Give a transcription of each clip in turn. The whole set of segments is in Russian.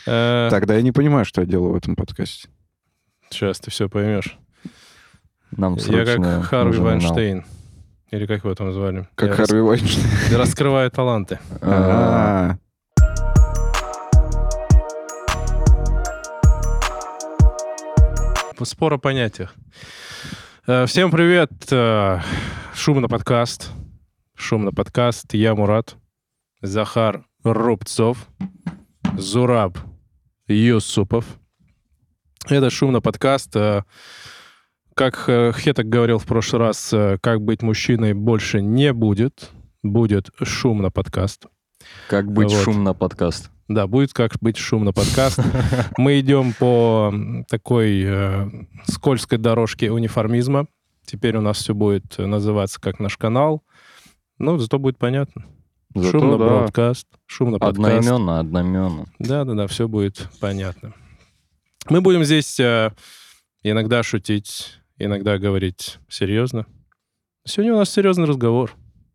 Тогда я не понимаю, что я делаю в этом подкасте. Сейчас ты все поймешь. Нам Я как срочно Харви нужен анал. Вайнштейн. Или как его там звали? Как Я Харви Вайнштейн. Я раскрываю таланты. А, Спор о понятиях. Всем привет. Шумно подкаст. Шумно подкаст. Я Мурат. Захар Рубцов. Зураб Юсупов. Это Шумно подкаст. Как Хетак говорил в прошлый раз, как быть мужчиной больше не будет. Будет Шумно подкаст. Как быть Вот. шумно подкаст. Да, будет как быть Шумно подкаст. Мы идем по такой скользкой дорожке униформизма. Теперь у нас все будет называться как наш канал. Ну, зато будет понятно. Зато, Шумно да, бродкаст, Шумно подкаст. одноименно. Да, все будет понятно. Мы будем здесь иногда шутить, иногда говорить серьезно. Сегодня у нас серьезный разговор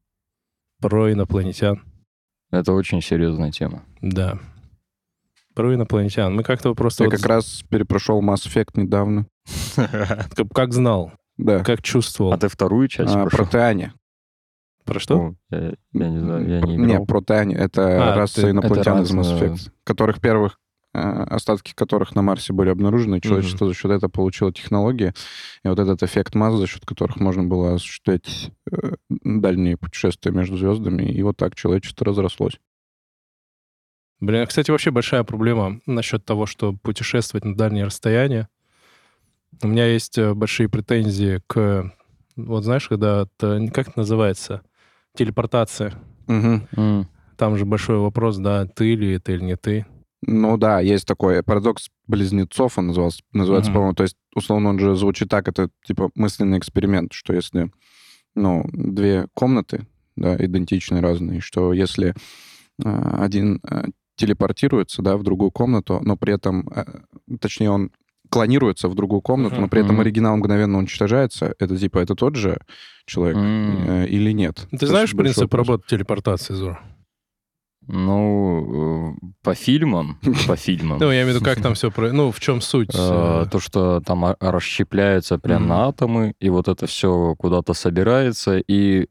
про инопланетян. Это очень серьезная тема. Да. Про инопланетян. Мы как-то просто... я вот как раз перепрошел Mass Effect недавно. как знал, Да. как чувствовал. А ты вторую часть Про прошел? Теане. Про что? О, я не знаю, я не Не, играл. про Теане. Это раса ты- инопланетян из это Mass раса, Effect, которых первых остатки которых на Марсе были обнаружены, и человечество за счет этого получило технологии, и вот этот эффект масс, за счет которых можно было осуществлять дальние путешествия между звездами, и вот так человечество разрослось. Блин, кстати, вообще большая проблема насчет того, что путешествовать на дальние расстояния. У меня есть большие претензии к... Вот знаешь, когда... Как это называется? Телепортация. Мгм. Там же большой вопрос, да, ты ли это или не ты. Ну да, есть такой парадокс близнецов, он называется, Мгм. по-моему. То есть, условно, он же звучит так, это типа мысленный эксперимент, что если, две комнаты, да, идентичные, разные, что если один телепортируется, да, в другую комнату, но при этом, точнее, он клонируется в другую комнату, но при этом Мгм. оригинал мгновенно уничтожается, это тот же человек или нет? Ты Это знаешь большой принцип вопрос. работы телепортации, Зур? Ну, по фильмам, Ну, я имею в виду, как там все... Ну, в чем суть? то, что там расщепляется прям на атомы, и вот это все куда-то собирается, и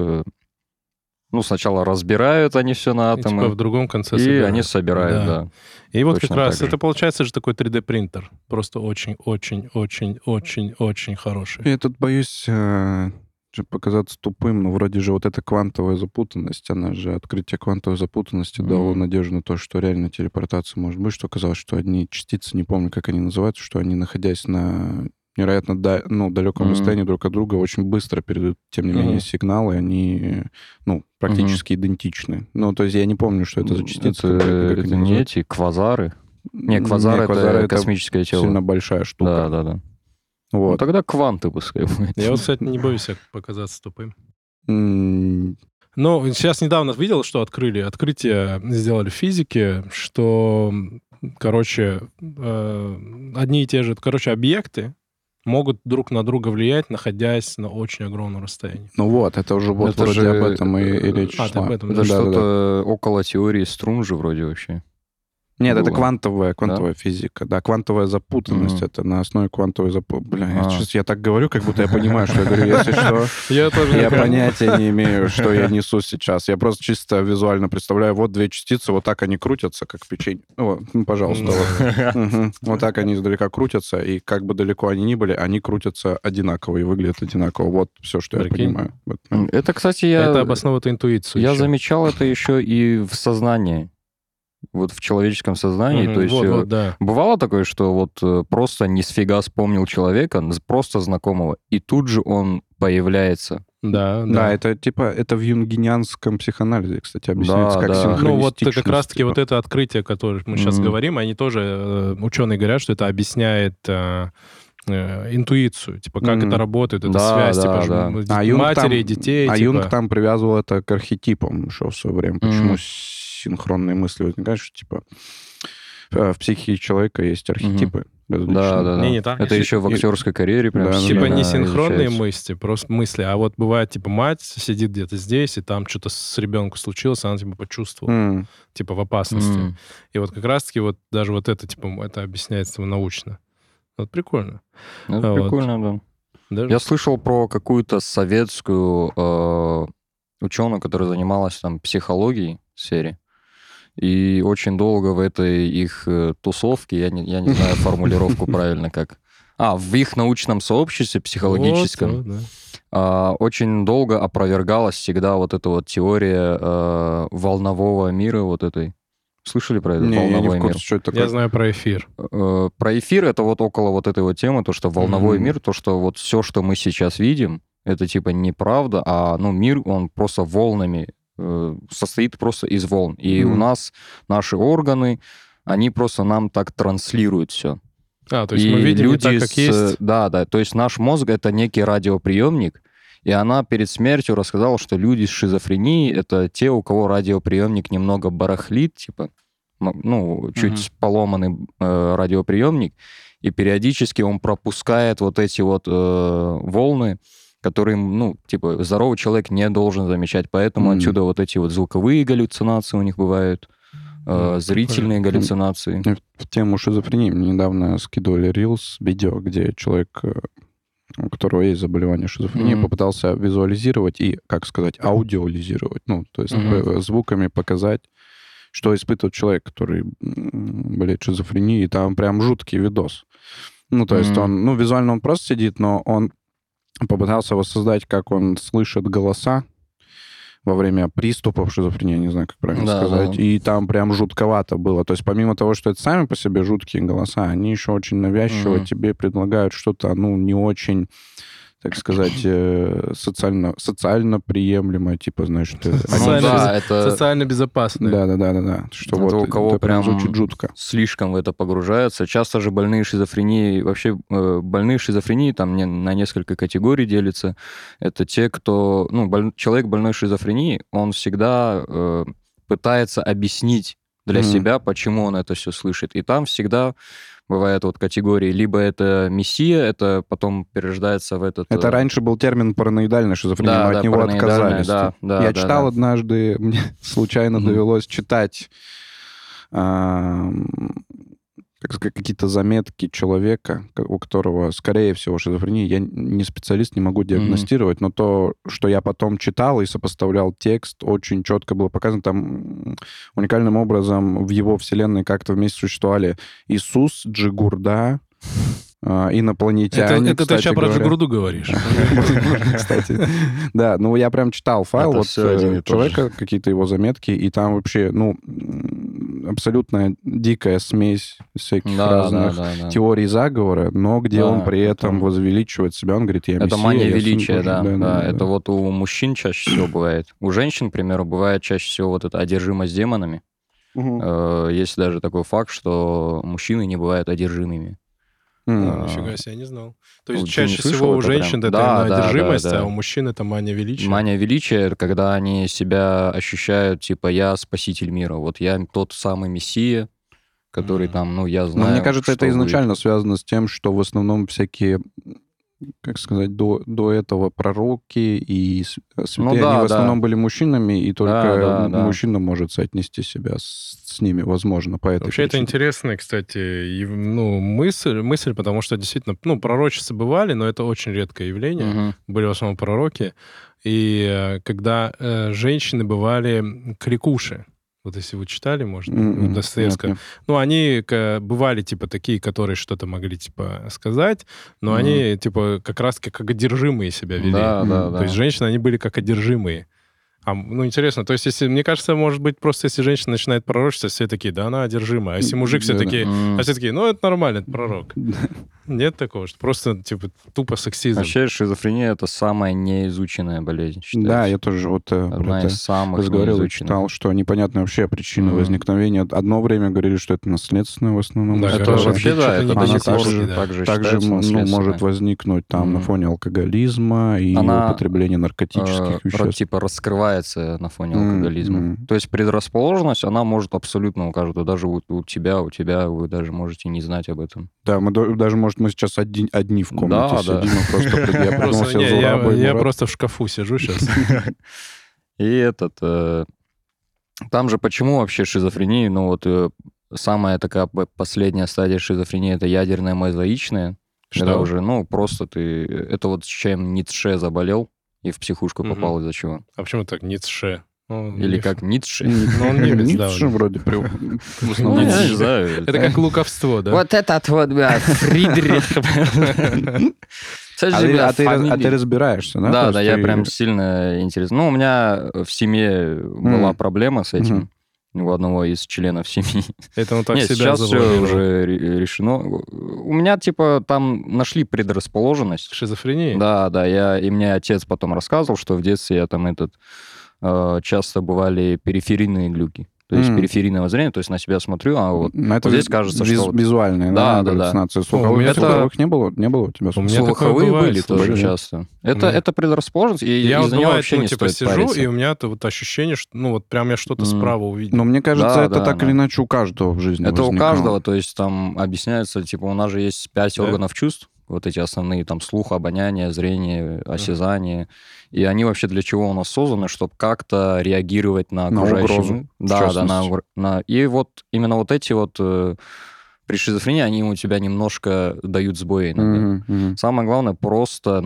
сначала разбирают они все на И, типа атомы, в другом конце и собирают. они собирают, Да. да. И вот Точно как раз так же. это получается же такой 3D-принтер. Просто очень-очень-очень-очень-очень хороший. Я тут боюсь показаться тупым, но вроде же вот эта квантовая запутанность, она же, открытие квантовой запутанности дало надежду на то, что реально телепортация может быть, что оказалось, что одни частицы, не помню, как они называются, что они, находясь на невероятно далеком расстоянии друг от друга, очень быстро передают, тем не менее, сигналы, они, практически идентичны. Ну, то есть я не помню, что это за частицы. Это как они не называются. эти квазары. Не, квазар это космическое тело. Сильно большая штука. Да. Ну, Вот. тогда кванты пускай будет. Я вот, кстати, не боюсь показаться тупым. М, Ну, сейчас недавно видел, что открытие сделали физики, что, короче, одни и те же, объекты могут друг на друга влиять, находясь на очень огромном расстоянии. Ну вот, это уже вот Это вроде же, об этом и речь ты шла. об этом, Это да. что-то около теории струн же вроде вообще. Нет, это было. квантовая физика. Да, квантовая запутанность. Это на основе квантовой запутанности. Бля, сейчас я так говорю, как будто я понимаю, что я говорю. Если что, Я тоже я понятия не имею, что я несу сейчас. Я просто чисто визуально представляю, вот две частицы, вот так они крутятся, как печенье. Пожалуйста. Вот. Мгм. Вот так они издалека крутятся, и как бы далеко они ни были, они крутятся одинаково и выглядят одинаково. Вот все, что я Прикинь. понимаю. Вот. Это, кстати, Это обосновывает интуицию. я еще. замечал это еще и в сознании. Вот в человеческом сознании. Мгм, То есть вот, да. бывало такое, что вот просто ни с фига вспомнил человека, просто знакомого, и тут же он появляется. Да. Да, это типа, это в юнгинианском психоанализе, кстати, объясняется, как да. синхронистичность. Ну, вот как раз-таки типа. вот это открытие, которое мы сейчас говорим, они тоже, ученые говорят, что это объясняет интуицию, типа, как это работает, это Да, связь, да, типа, да. матери и детей. А типа. Юнг там привязывал это к архетипам еще в свое время. Почему синхронные мысли возникают, что, типа, в психике человека есть архетипы различные. Да. Не так. Это еще в актерской карьере прям Да, Типа да, не синхронные изучается. мысли, а вот бывает, типа, мать сидит где-то здесь, и там что-то с ребенком случилось, она, типа, почувствовала, М. типа, в опасности. М. И вот как раз-таки вот даже вот это, типа, это объясняется научно. Вот прикольно. Это Вот. прикольно, да. Даже... Я слышал про какую-то советскую ученую, которая занималась там психологией в сфере. И очень долго в этой их тусовке, я не знаю формулировку правильно как. В их научном сообществе психологическом Вот, да. очень долго опровергалась всегда вот эта вот теория волнового мира вот этой. Слышали про это? Не, я не Волновой в курсе, мир. что это такое. Я знаю про эфир. Про эфир это вот около вот этой вот темы, то, что волновой мир, то, что вот все, что мы сейчас видим, это типа неправда, а мир, он просто волнами состоит просто из волн. И у нас наши органы, они просто нам так транслируют все. То есть мы видим не так, как есть? Да, то есть наш мозг — это некий радиоприемник, и она перед смертью рассказала, что люди с шизофренией — это те, у кого радиоприемник немного барахлит, типа, чуть поломанный радиоприемник, и периодически он пропускает вот эти вот волны, которые, типа, здоровый человек не должен замечать. Поэтому отсюда вот эти вот звуковые галлюцинации у них бывают, зрительные галлюцинации. В тему шизофрении мне недавно скидывали Reels, видео, где человек, у которого есть заболевание шизофрении, попытался визуализировать и, как сказать, аудиализировать, то есть звуками показать, что испытывает человек, который болеет шизофренией, и там прям жуткий видос. То есть он, визуально он просто сидит, но он попытался воссоздать, как он слышит голоса во время приступов шизофрении, не знаю, как правильно сказать. Да. И там прям жутковато было. То есть помимо того, что это сами по себе жуткие голоса, они еще очень навязчиво тебе предлагают что-то, не очень, так сказать, социально приемлемое, типа, знаешь, социально безопасное. Да. Что это вот у кого это прям прям звучит жутко. Слишком в это погружаются. Часто же больные шизофренией, вообще больные шизофренией там на несколько категорий делятся. Это те, кто, человек больной шизофренией, он всегда пытается объяснить для себя, почему он это все слышит. И там всегда бывает вот категории, либо это мессия, это потом перерождается в этот... Это раньше был термин параноидальная шизофрения, мы от него отказались. Я читал однажды, мне случайно довелось читать какие-то заметки человека, у которого, скорее всего, шизофрения. Я не специалист, не могу диагностировать, но то, что я потом читал и сопоставлял текст, очень четко было показано. Там уникальным образом в его вселенной как-то вместе существовали Иисус, Джигурда, инопланетяне. Это ты сейчас про Джигурду говоришь. Кстати. Да, я прям читал файл вот человека, какие-то его заметки, и там вообще, абсолютно дикая смесь всяких разных теорий заговора, но где он при этом возвеличивает себя, он говорит, я мессия. Это мания величия, да. Это вот у мужчин чаще всего бывает. У женщин, к примеру, бывает чаще всего вот эта одержимость демонами. Есть даже такой факт, что мужчины не бывают одержимыми. Нифига себе, я не знал. То есть чаще всего у женщин это именно одержимость, а у мужчин это мания величия. Мания величия — это когда они себя ощущают, типа, я спаситель мира, вот я тот самый мессия, который там, я знаю. Но мне кажется, это изначально связано с тем, что в основном всякие, как сказать, до этого пророки и святые, они в основном были мужчинами, и только мужчина может соотнести себя с ними, возможно, по этой Вообще причине. это интересная, кстати, мысль, потому что действительно, пророчества бывали, но это очень редкое явление. Были в основном пророки. И когда женщины бывали кликуши, вот если вы читали, может, Достоевского. Они бывали, типа, такие, которые что-то могли, типа, сказать, но они, типа, как раз как одержимые себя вели. То есть женщины, они были как одержимые. Интересно, то есть, если, мне кажется, может быть, просто если женщина начинает пророчиться, все такие, да, она одержимая. А если мужик, все такие, это нормально, это пророк. Нет такого, что просто, типа, тупо сексизм. Вообще шизофрения — это самая неизученная болезнь, считается. Да, я тоже вот про Одна это из самых разговаривал и неизученных. читал, что непонятно вообще причины Мгм. возникновения. Одно время говорили, что это наследственное в основном. Да, Это короче, вообще, да, чуть ли это не до сих пор генетически, да. также Также считается наследственное. может возникнуть там на Мгм. фоне алкоголизма и Она, употребления наркотических веществ. типа раскрывается на фоне алкоголизма. Мгм. То есть предрасположенность, она может абсолютно у каждого, даже у тебя, вы даже можете не знать об этом. Да, мы даже, может, мы сейчас одни в комнате Да, да. сидим, и просто я придумал Просто себе Зураба и я Мурат. просто в шкафу сижу сейчас. И там же почему вообще шизофрения? Ну вот самая такая последняя стадия шизофрении — это ядерная мозаичная. Когда Что? уже, просто ты... Это вот с чем Ницше заболел и в психушку Мгм. попал из-за чего? А почему так Ницше? Он Или не- как Ницше? Ну, он немец, да, Ницше он. вроде в основном. Ну, я не Ницше. знаю. Это как луковство, да? Вот этот вот, Фридрих. А ты разбираешься, да? То Да, есть да, я ты- прям сильно интересно. Ну, у меня в семье была проблема с этим. У одного из членов семьи. Это он так Нет, себя сейчас все завуалировал. уже решено. У меня, типа, там нашли предрасположенность. Шизофрения? Да, да, и мне отец потом рассказывал, что в детстве я там часто бывали периферийные глюки. То есть периферийное зрение, то есть на себя смотрю, а вот Это здесь кажется, что... вот визуальные, Да, да, да. галлюцинации. у Слуховых меня слуховых не было? Не было у тебя? У меня такое слуховые бывает, были слушай. тоже часто. меня- Это предрасположенность, и Я вот из-за нее бывает, вообще не типа стоит сижу, париться. и у меня-то вот ощущение, что, вот прям я что-то справа увидел. Но мне кажется, Да, это да, так да. или иначе у каждого в жизни Это у возникало. каждого, то есть там объясняется, типа, у нас же есть 5 Да. органов чувств, вот эти основные, там, слух, обоняние, зрение, осязание, и они вообще для чего у нас созданы, чтобы как-то реагировать на На окружающий угрозу, мир. в Да, да, частности. и вот именно вот эти вот при шизофрении, они у тебя немножко дают сбои иногда. Мгм, мгм, Самое главное просто,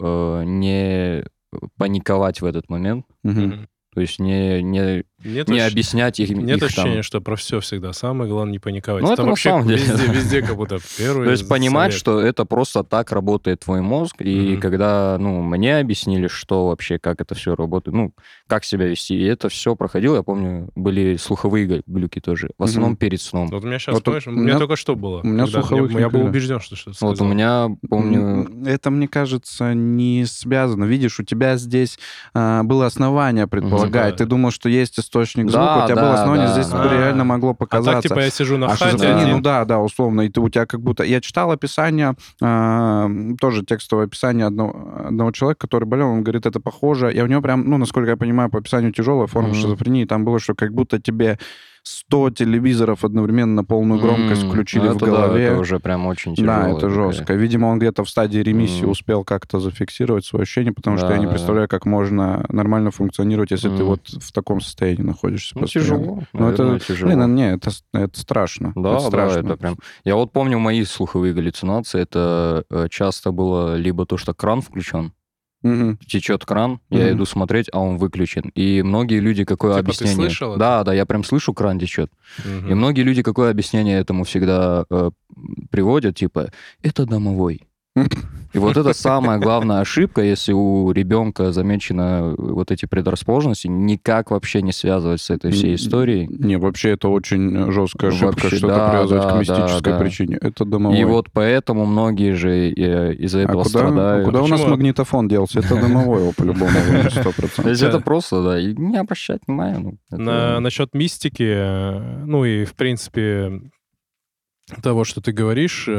не паниковать в этот момент, мгм. Мгм. то есть не Нет объяснять их Нет там. ощущения, что про все всегда. Самое главное не паниковать. Ну, это на вообще самом деле, везде, да. везде как будто первый То есть понимать, совет. что это просто так работает твой мозг, и Мгм. когда, мне объяснили, что вообще, как это все работает, как себя вести, и это все проходило, я помню, были слуховые глюки тоже, в основном Мгм. перед сном. Вот у меня сейчас, Вот понимаешь, у у меня меня- только что было. у меня когда слуховых я был никогда. убежден, что что-то Вот у сказал. меня, помню... Это, мне кажется, не связано. Видишь, у тебя здесь было основание предполагать. Типа- Ты думал, что есть источник Да, звука, у тебя было да, основание, да, здесь да. реально могло А показаться. так, типа, я сижу на А хате, шизофрения, да. ну да, условно, и ты у тебя как будто... Я читал описание, тоже текстовое описание одного человека, который болел, он говорит, это похоже. И у него прям, насколько я понимаю, по описанию тяжелая форма шизофрении, там было, что как будто тебе 100 телевизоров одновременно на полную громкость включили в это голове. Да, это уже прям очень тяжело. Да, это жестко. Видимо, он где-то в стадии ремиссии успел как-то зафиксировать свое ощущение, потому что Да, я не да, представляю, как можно нормально функционировать, если ты Мгм. вот в таком состоянии находишься постоянно. Тяжело. Ну, это, Наверное, тяжело. это страшно. Да, это страшно. это прям... Я вот помню мои слуховые галлюцинации, это часто было либо то, что кран включен, Мгм. течет кран, я Мгм. иду смотреть, а он выключен. И многие люди какое Типа ты объяснение... слышал это? Да, да, я прям слышу, кран течет. Мгм. И многие люди какое объяснение этому всегда приводят, типа, это домовой. И вот это самая главная ошибка, если у ребенка замечены вот эти предрасположенности, никак вообще не связывать с этой всей историей. Не, вообще это очень жесткая ошибка, Вообще, что-то да, привязывать да, к мистической да. причине. Это домовой. И вот поэтому многие же из-за этого куда страдают. у нас Почему? магнитофон делся? Это домовой его по-любому, 100%. То есть это просто, да, и не обращать внимания. Насчет мистики, и, в принципе, того, что ты говоришь,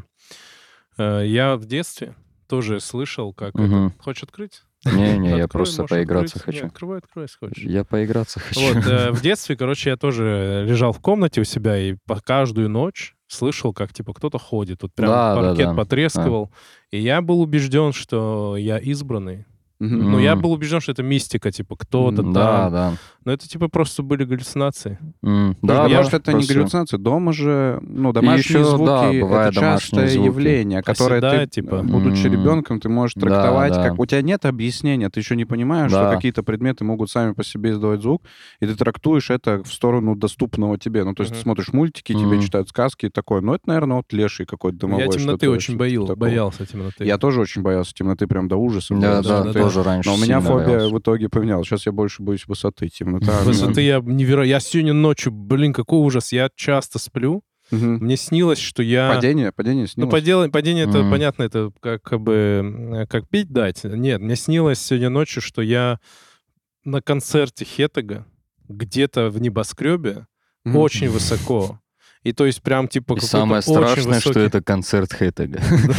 я в детстве тоже слышал, как это... Хочешь открыть? Не-не, я Открой, просто можешь поиграться открыть. Не, хочу. открывай, если хочешь. Я поиграться хочу. Вот, в детстве, короче, я тоже лежал в комнате у себя и каждую ночь слышал, как, типа, кто-то ходит. Вот прям Да, да, паркет да. потрескивал. И я был убежден, что я избранный. Мгм. Ну, я был убежден, что это мистика, типа, кто-то Да, там. да. Но это, типа, просто были галлюцинации. Да, Я да, может, это не просто- галлюцинация. Дома же, домашние еще, звуки да, это бывают домашние частое звуки. явление, которое ты, Оседает, типа. будучи ребенком, ты можешь Да, трактовать, да. как у тебя нет объяснения, ты еще не понимаешь, что Да. какие-то предметы могут сами по себе издавать звук, и ты трактуешь это в сторону доступного тебе. Ну, то есть ты смотришь мультики, тебе читают сказки и такое. Ну, это, наверное, вот леший какой-то домовой. Я темноты что-то очень такого. боялся темноты. Я тоже очень боялся темноты, прям до ужаса. Да, боялся да, темноты. тоже раньше Но у меня сильно фобия боялся. в итоге поменялась. Сейчас я больше боюсь высоты. Темнота. Высоты я невероятно... Я сегодня ночью, блин, какой ужас. Я часто сплю, мне снилось, что я... Падение снилось? Ну, падение это, понятно, это как бы как пить дать. Нет, мне снилось сегодня ночью, что я на концерте Хеттега где-то в небоскребе очень высоко. И то есть прям типа И какой-то самое очень страшное, высокий... что это концерт Хэттега.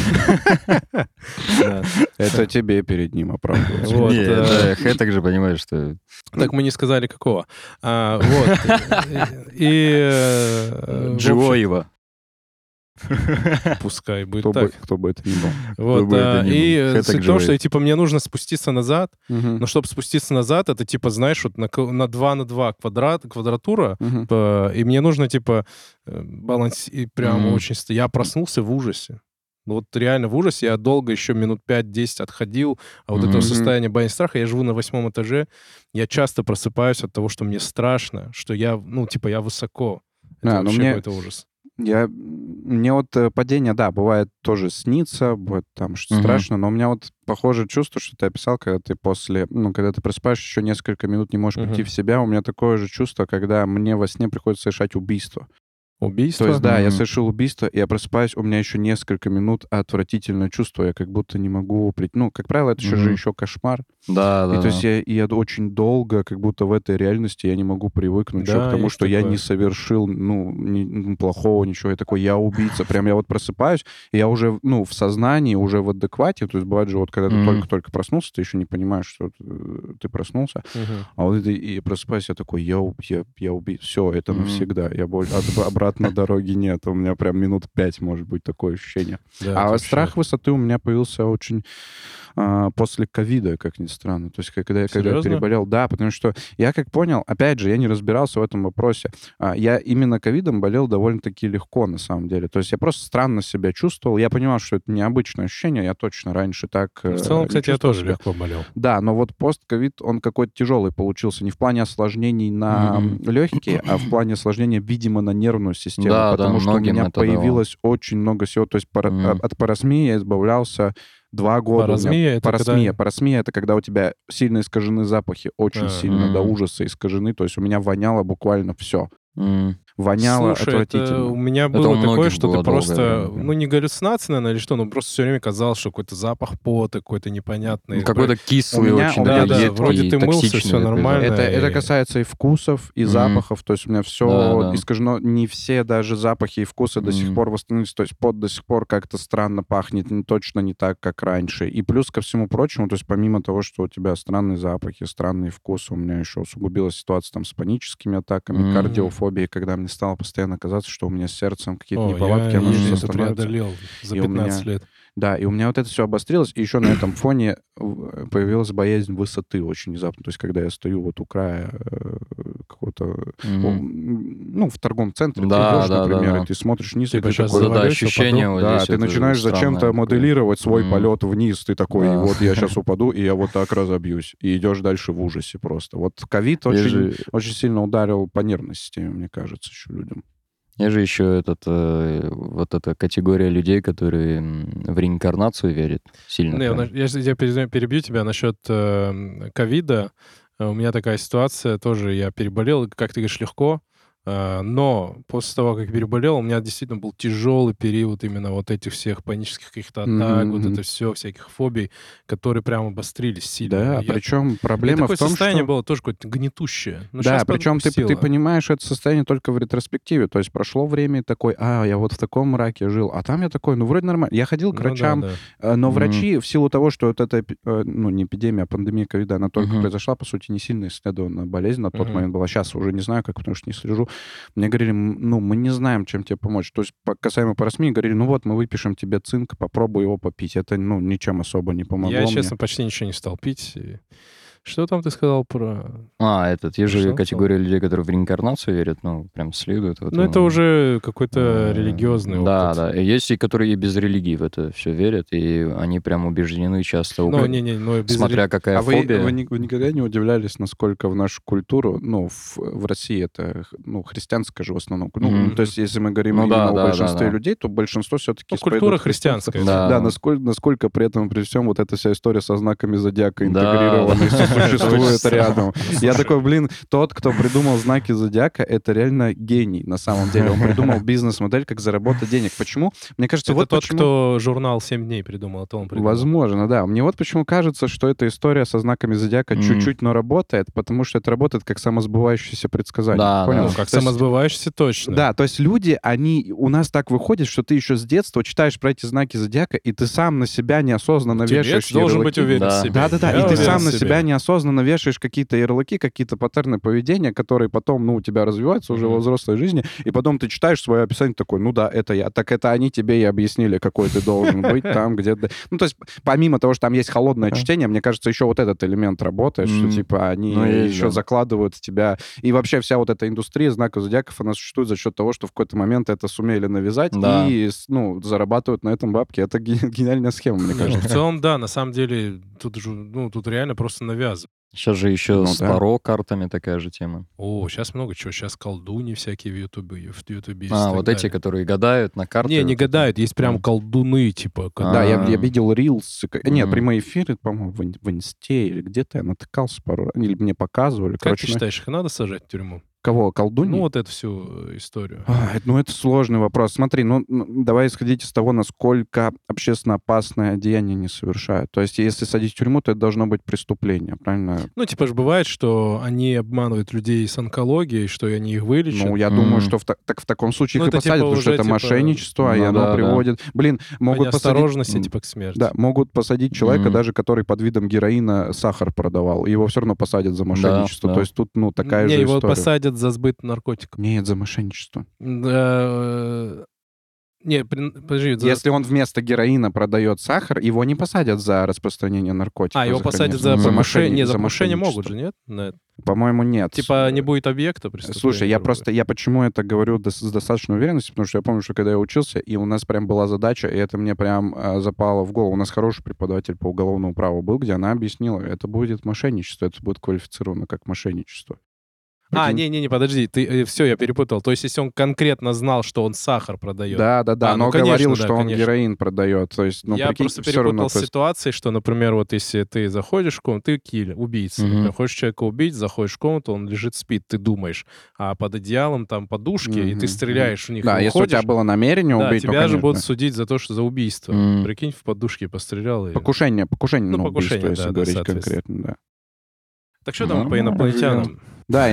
Это тебе перед ним оправдываться. Вот, Хэттег же, понимаешь, что... Так мы не сказали, какого. Вот. И... Дживоева. Пускай будет так. Кто бы это ни был. Вот, бы это ни был. и Хэттег суть в том, живой. что типа мне нужно спуститься назад, Мгм. но чтобы спуститься назад, это типа, знаешь, вот на 2 на 2 квадратура, Мгм. и мне нужно типа и прям Мгм. очень... Я проснулся в ужасе. Вот реально в ужасе. Я долго еще минут 5-10 отходил, а вот это Мгм. состояние боязни страха, я живу на 8 этаже, я часто просыпаюсь от того, что мне страшно, что я, ну, типа, я высоко. Это Ну, вообще мне какой-то ужас. Мне вот падение, да, бывает тоже снится, бывает там что Мгм. страшно, но у меня вот похожее чувство, что ты описал, когда ты когда ты просыпаешься, еще несколько минут не можешь прийти Мгм. в себя. У меня такое же чувство, когда мне во сне приходится совершать убийство. Убийство? То есть, да, я Мгм. совершил убийство, и я просыпаюсь, у меня еще несколько минут отвратительное чувство, я как будто не могу прийти. Ну, как правило, это Мгм. еще кошмар. Да, И да, то есть да. я очень долго, как будто в этой реальности я не могу привыкнуть еще Да, к тому, есть что я такое. не совершил, плохого ничего. Я такой, я убийца. Прям я вот просыпаюсь, и я уже, в сознании, уже в адеквате. То есть бывает же вот, когда ты Мгм. только-только проснулся, ты еще не понимаешь, что ты проснулся. Мгм. А вот и просыпаюсь, я такой, я убийца. Все, это Мгм. навсегда. Обратно дороги нет. У меня прям минут 5, может быть, такое ощущение. Да, это А вообще- страх высоты у меня появился очень после ковида, как ни странно. То есть, когда я Серьезно? переболел, да, потому что я как понял, опять же, я не разбирался в этом вопросе. Я именно ковидом болел довольно-таки легко, на самом деле. То есть я просто странно себя чувствовал. Я понимал, что это необычное ощущение. Я точно раньше так Ну, в целом, не кстати, я чувствовал тоже себя. легко болел. Да, но вот постковид, он какой-то тяжелый получился. Не в плане осложнений на Мгм. легкие, а в плане осложнения, видимо, на нервную систему. Да, да, потому что у многим меня это давало. появилось очень много всего. То есть Мгм. от парасмии я избавлялся 2 года. У меня Парасмия — это когда- Парасмия — это когда у тебя сильно искажены запахи, очень сильно, до Мгм. ужаса искажены. То есть у меня воняло буквально все. М. Воняло Слушай, это у отвратительно. меня у было такое, многих что было ты долгое просто, время прям. ну, не галлюцинация, наверное, или что, но просто все время казалось, что какой-то запах пота, какой-то непонятный. Какой-то кислый, У меня- очень у меня- такой да, едкий, вроде ты мылся, токсичный всё такой нормально. запах. Это и- касается и вкусов, и Мгм. запахов. То есть у меня все Да, да. искажено. Не все даже запахи и вкусы до сих Мгм. пор восстановились. То есть пот до сих пор как-то странно пахнет, точно не так, как раньше. И плюс ко всему прочему, то есть помимо того, что у тебя странные запахи, странные вкусы, у меня еще усугубилась ситуация там с паническими атаками, Мгм. кардиофобией, когда мне стало постоянно казаться, что у меня с сердцем какие-то О, неполадки, я оно еле сейчас это становится. преодолел за И у 15 меня- лет. Да, и у меня вот это все обострилось, и еще на этом фоне появилась боязнь высоты очень внезапно. То есть, когда я стою вот у края какого-то, Мгм. в торговом центре, ты Да, идешь, да, например, да. и ты смотришь вниз, Типа и ты щас такой... Да, завалюсь, ощущение упаду. вот Да, здесь. ты это начинаешь странное зачем-то такое. моделировать свой Мгм. полет вниз. Ты такой, Да. вот я сейчас упаду, и я вот так разобьюсь. И идешь дальше в ужасе просто. Вот ковид Я очень, же- очень сильно ударил по нервной системе, мне кажется, еще людям. Я же еще вот эта категория людей, которые в реинкарнацию верят сильно. Не, прям. я перебью тебя насчет ковида. У меня такая ситуация тоже. Я переболел, как ты говоришь, легко. Но после того, как переболел, у меня действительно был тяжелый период именно вот этих всех панических каких-то атак, вот Мгм. это все, всяких фобий, которые прям обострились сильно. Да, Я- причем И проблема такое в том, состояние что... было тоже какое-то гнетущее. Но Да, щас причем ты отпустило. понимаешь это состояние только в ретроспективе. То есть прошло время, и такой, я вот в таком мраке жил. А там я такой, вроде нормально. Я ходил к Ну врачам, да. но Мгм. врачи, в силу того, что вот эта, не эпидемия, а пандемия ковида, она только Мгм. произошла, по сути, не сильно исследованная болезнь на тот Мгм. момент была. Сейчас уже не знаю, как, потому что не слежу. Мне говорили, мы не знаем, чем тебе помочь. То есть касаемо парасмии, говорили, вот, мы выпишем тебе цинк, попробуй его попить. Это, ничем особо не помогло Я, мне. честно, почти ничего не стал пить. Что там ты сказал про... Есть же Что? категория людей, которые в реинкарнацию верят, прям следуют в Ну, это этому. уже какой-то религиозный Да, опыт. да. И есть и которые и без религии в это все верят, и они прям убеждены часто. Ну, не, без Смотря какая А вы фобия. никогда не удивлялись, насколько в нашу культуру, в России это, христианская же в основном. Мгм. То есть, если мы говорим Ну именно да, о да, большинстве да. людей, то большинство все-таки культура христианская. Да. Да, насколько при этом, при всем, вот эта вся история со знаками зодиака Да, интегрирована, и все существует рядом. Я такой, блин, тот, кто придумал знаки зодиака, это реально гений на самом деле. Он придумал бизнес-модель, как заработать денег. Почему? Мне кажется, Это вот тот, почему... кто журнал «7 дней» придумал, это он придумал. Возможно, да. Мне вот почему кажется, что эта история со знаками зодиака чуть-чуть, но работает, потому что это работает как самосбывающееся предсказание. Да, Понял? да. Ну, как То есть- самосбывающийся точно. Да, то есть люди, они... У нас так выходит, что ты еще с детства читаешь про эти знаки зодиака, и ты сам на себя неосознанно вешаешь Телец должен быть ярлыки. уверен в Да. себе. Да-да-да, Я и ты уверен сам в на себе. себя неосознанно вешаешь какие-то ярлыки, какие-то паттерны поведения, которые потом, у тебя развиваются уже во взрослой жизни, и потом ты читаешь свое описание такой, ну да, это я. Так это они тебе и объяснили, какой ты должен быть там, где-то. Ну, то есть, помимо того, что там есть холодное чтение, мне кажется, еще вот этот элемент работает, что, типа, они Ну, есть, еще да. закладывают в тебя... И вообще вся вот эта индустрия знаков зодиаков, она существует за счет того, что в какой-то момент это сумели навязать Да. и, зарабатывают на этом бабки. Это гениальная схема, мне Ну, кажется. в целом, да, на самом деле, тут реально просто навязывают. Сейчас же еще Ну, с да. таро-картами такая же тема. О, сейчас много чего. Сейчас колдуни всякие в Ютубе есть. и Вот так эти, далее. которые гадают на карты. Не вот это. гадают, есть прям Мгм. колдуны, типа. Да, я А. видел рилсы. Нет, Мгм. прямые эфиры, по-моему, в Инсте или где-то я натыкался пару раз. Или мне показывали. Как Короче, ты считаешь, их надо сажать в тюрьму? кого? Колдуньи? Ну, вот эту всю историю. Это сложный вопрос. Смотри, давай исходить из того, насколько общественно опасное деяние они совершают. То есть, если садить в тюрьму, то это должно быть преступление, правильно? Ну, типа же бывает, что они обманывают людей с онкологией, что они их вылечат. Ну, я думаю, что в таком случае Ну, их и это, посадят, типа, потому что уже, это типа, мошенничество, и ну оно да, да. приводит... Блин, По могут посадить... неосторожности, типа, к смерти. Да, могут посадить человека, Мгм. даже который под видом героина сахар продавал. Его все равно посадят за мошенничество. да. То есть тут, такая Не, же его история. посадят за сбыт наркотиков. Нет, за мошенничество. Не, подожди. Если он вместо героина продает сахар, его не посадят за распространение наркотиков. его посадят за хранение. покушение. Не, за покушение мошенничество. могут же, нет? Нет. По-моему, нет. Типа не будет объекта преступления. Слушай, я грубо говоря. я почему это говорю с достаточной уверенностью, потому что я помню, что когда я учился, и у нас прям была задача, и это мне прям запало в голову. У нас хороший преподаватель по уголовному праву был, где она объяснила, это будет мошенничество, это будет квалифицировано как мошенничество. Прикинь? Не, подожди, все, я перепутал. То есть, если он конкретно знал, что он сахар продает. Да, ну, но конечно, говорил, да, что он конечно. героин продает. То есть, Я прикинь, просто всё равно, перепутал то есть- ситуации, что, например, вот если ты заходишь в комнату, ты киллер, убийца. Мгм. Например, хочешь человека убить, заходишь в комнату, он лежит, спит, ты думаешь, а под одеялом там подушки, и ты Мгм, стреляешь в них, Да, и если у тебя уходишь, было намерение да, убить, то, тебя же конечно. будут судить за то, что за убийство. Мгм. Прикинь, в подушке пострелял. И... Покушение Ну, на покушение, убийство, если да, говорить соответственно. конкретно, да. Так что там по Нормально инопланетянам? Да,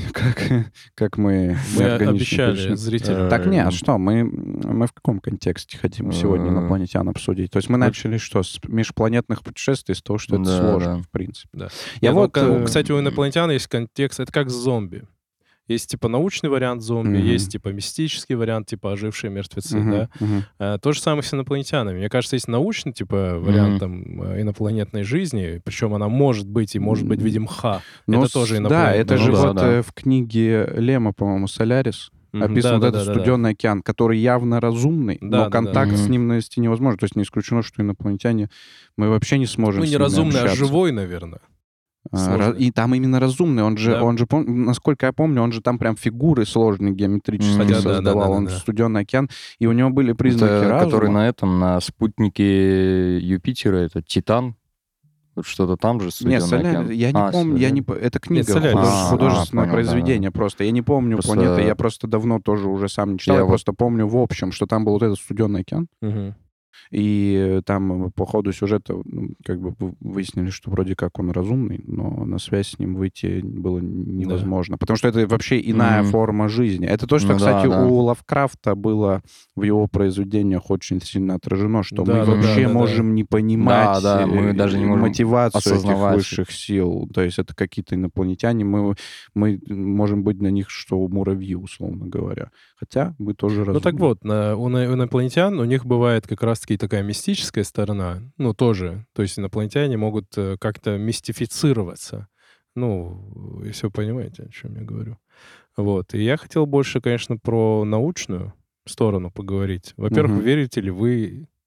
как мы Мы органично обещали пришли. зрителям. Так не, а что, мы в каком контексте хотим сегодня инопланетян обсудить? То есть мы начали что, с межпланетных путешествий, с того, что это Да, сложно, да. в принципе. Да. Я Не, ну, вот... кстати, у инопланетян есть контекст, это как с зомби. Есть, типа, научный вариант зомби, Мгм. есть, типа, мистический вариант, типа, ожившие мертвецы, мгм, да. мгм. То же самое с инопланетянами. Мне кажется, есть научный, типа, вариант там инопланетной жизни, причем она может быть и может быть в виде мха. Ну, это тоже да, инопланетная это Ну же да, вот да. в книге Лема, по-моему, «Солярис», описан вот этот студенный океан, который явно разумный, Да, но да, контакт да. с ним навести невозможно. То есть не исключено, что инопланетяне, мы вообще не сможем Ну, с не ними разумный, а общаться. живой, наверное. Сложно. И там именно разумный. Он же, насколько я помню, он же там прям фигуры сложные геометрические Да, да, создавал. Он да. студенный океан, и у него были признаки Это, разума. который на спутнике Юпитера, это Титан. Вот что-то там же Нет, студенный «Солярис», океан. я не помню, «Солярис». это книга, «Солярис». художественное понял, произведение просто. Я не помню Просто- планеты, я просто давно тоже уже сам не читал, Я я вот- просто помню в общем, что там был вот этот студенный океан, Мгм. и там по ходу сюжета как бы выяснили, что вроде как он разумный, но на связь с ним выйти было невозможно. Потому что это вообще иная Мгм. форма жизни. Это то, что, Ну да, кстати, да. у Лавкрафта было в его произведениях очень сильно отражено, что Да, мы да, вообще да, да. можем не понимать Да, мы даже не можем мотивацию этих осознавать. высших сил. То есть это какие-то инопланетяне, мы можем быть для них, что муравьи, условно говоря. Хотя мы тоже разумны. Ну так вот, у инопланетян у них бывает как раз-таки такая мистическая сторона, ну тоже, то есть инопланетяне могут как-то мистифицироваться. Ну, если вы понимаете, о чем я говорю. Вот. И я хотел больше, конечно, про научную сторону поговорить. Во-первых, Мгм. верите ли вы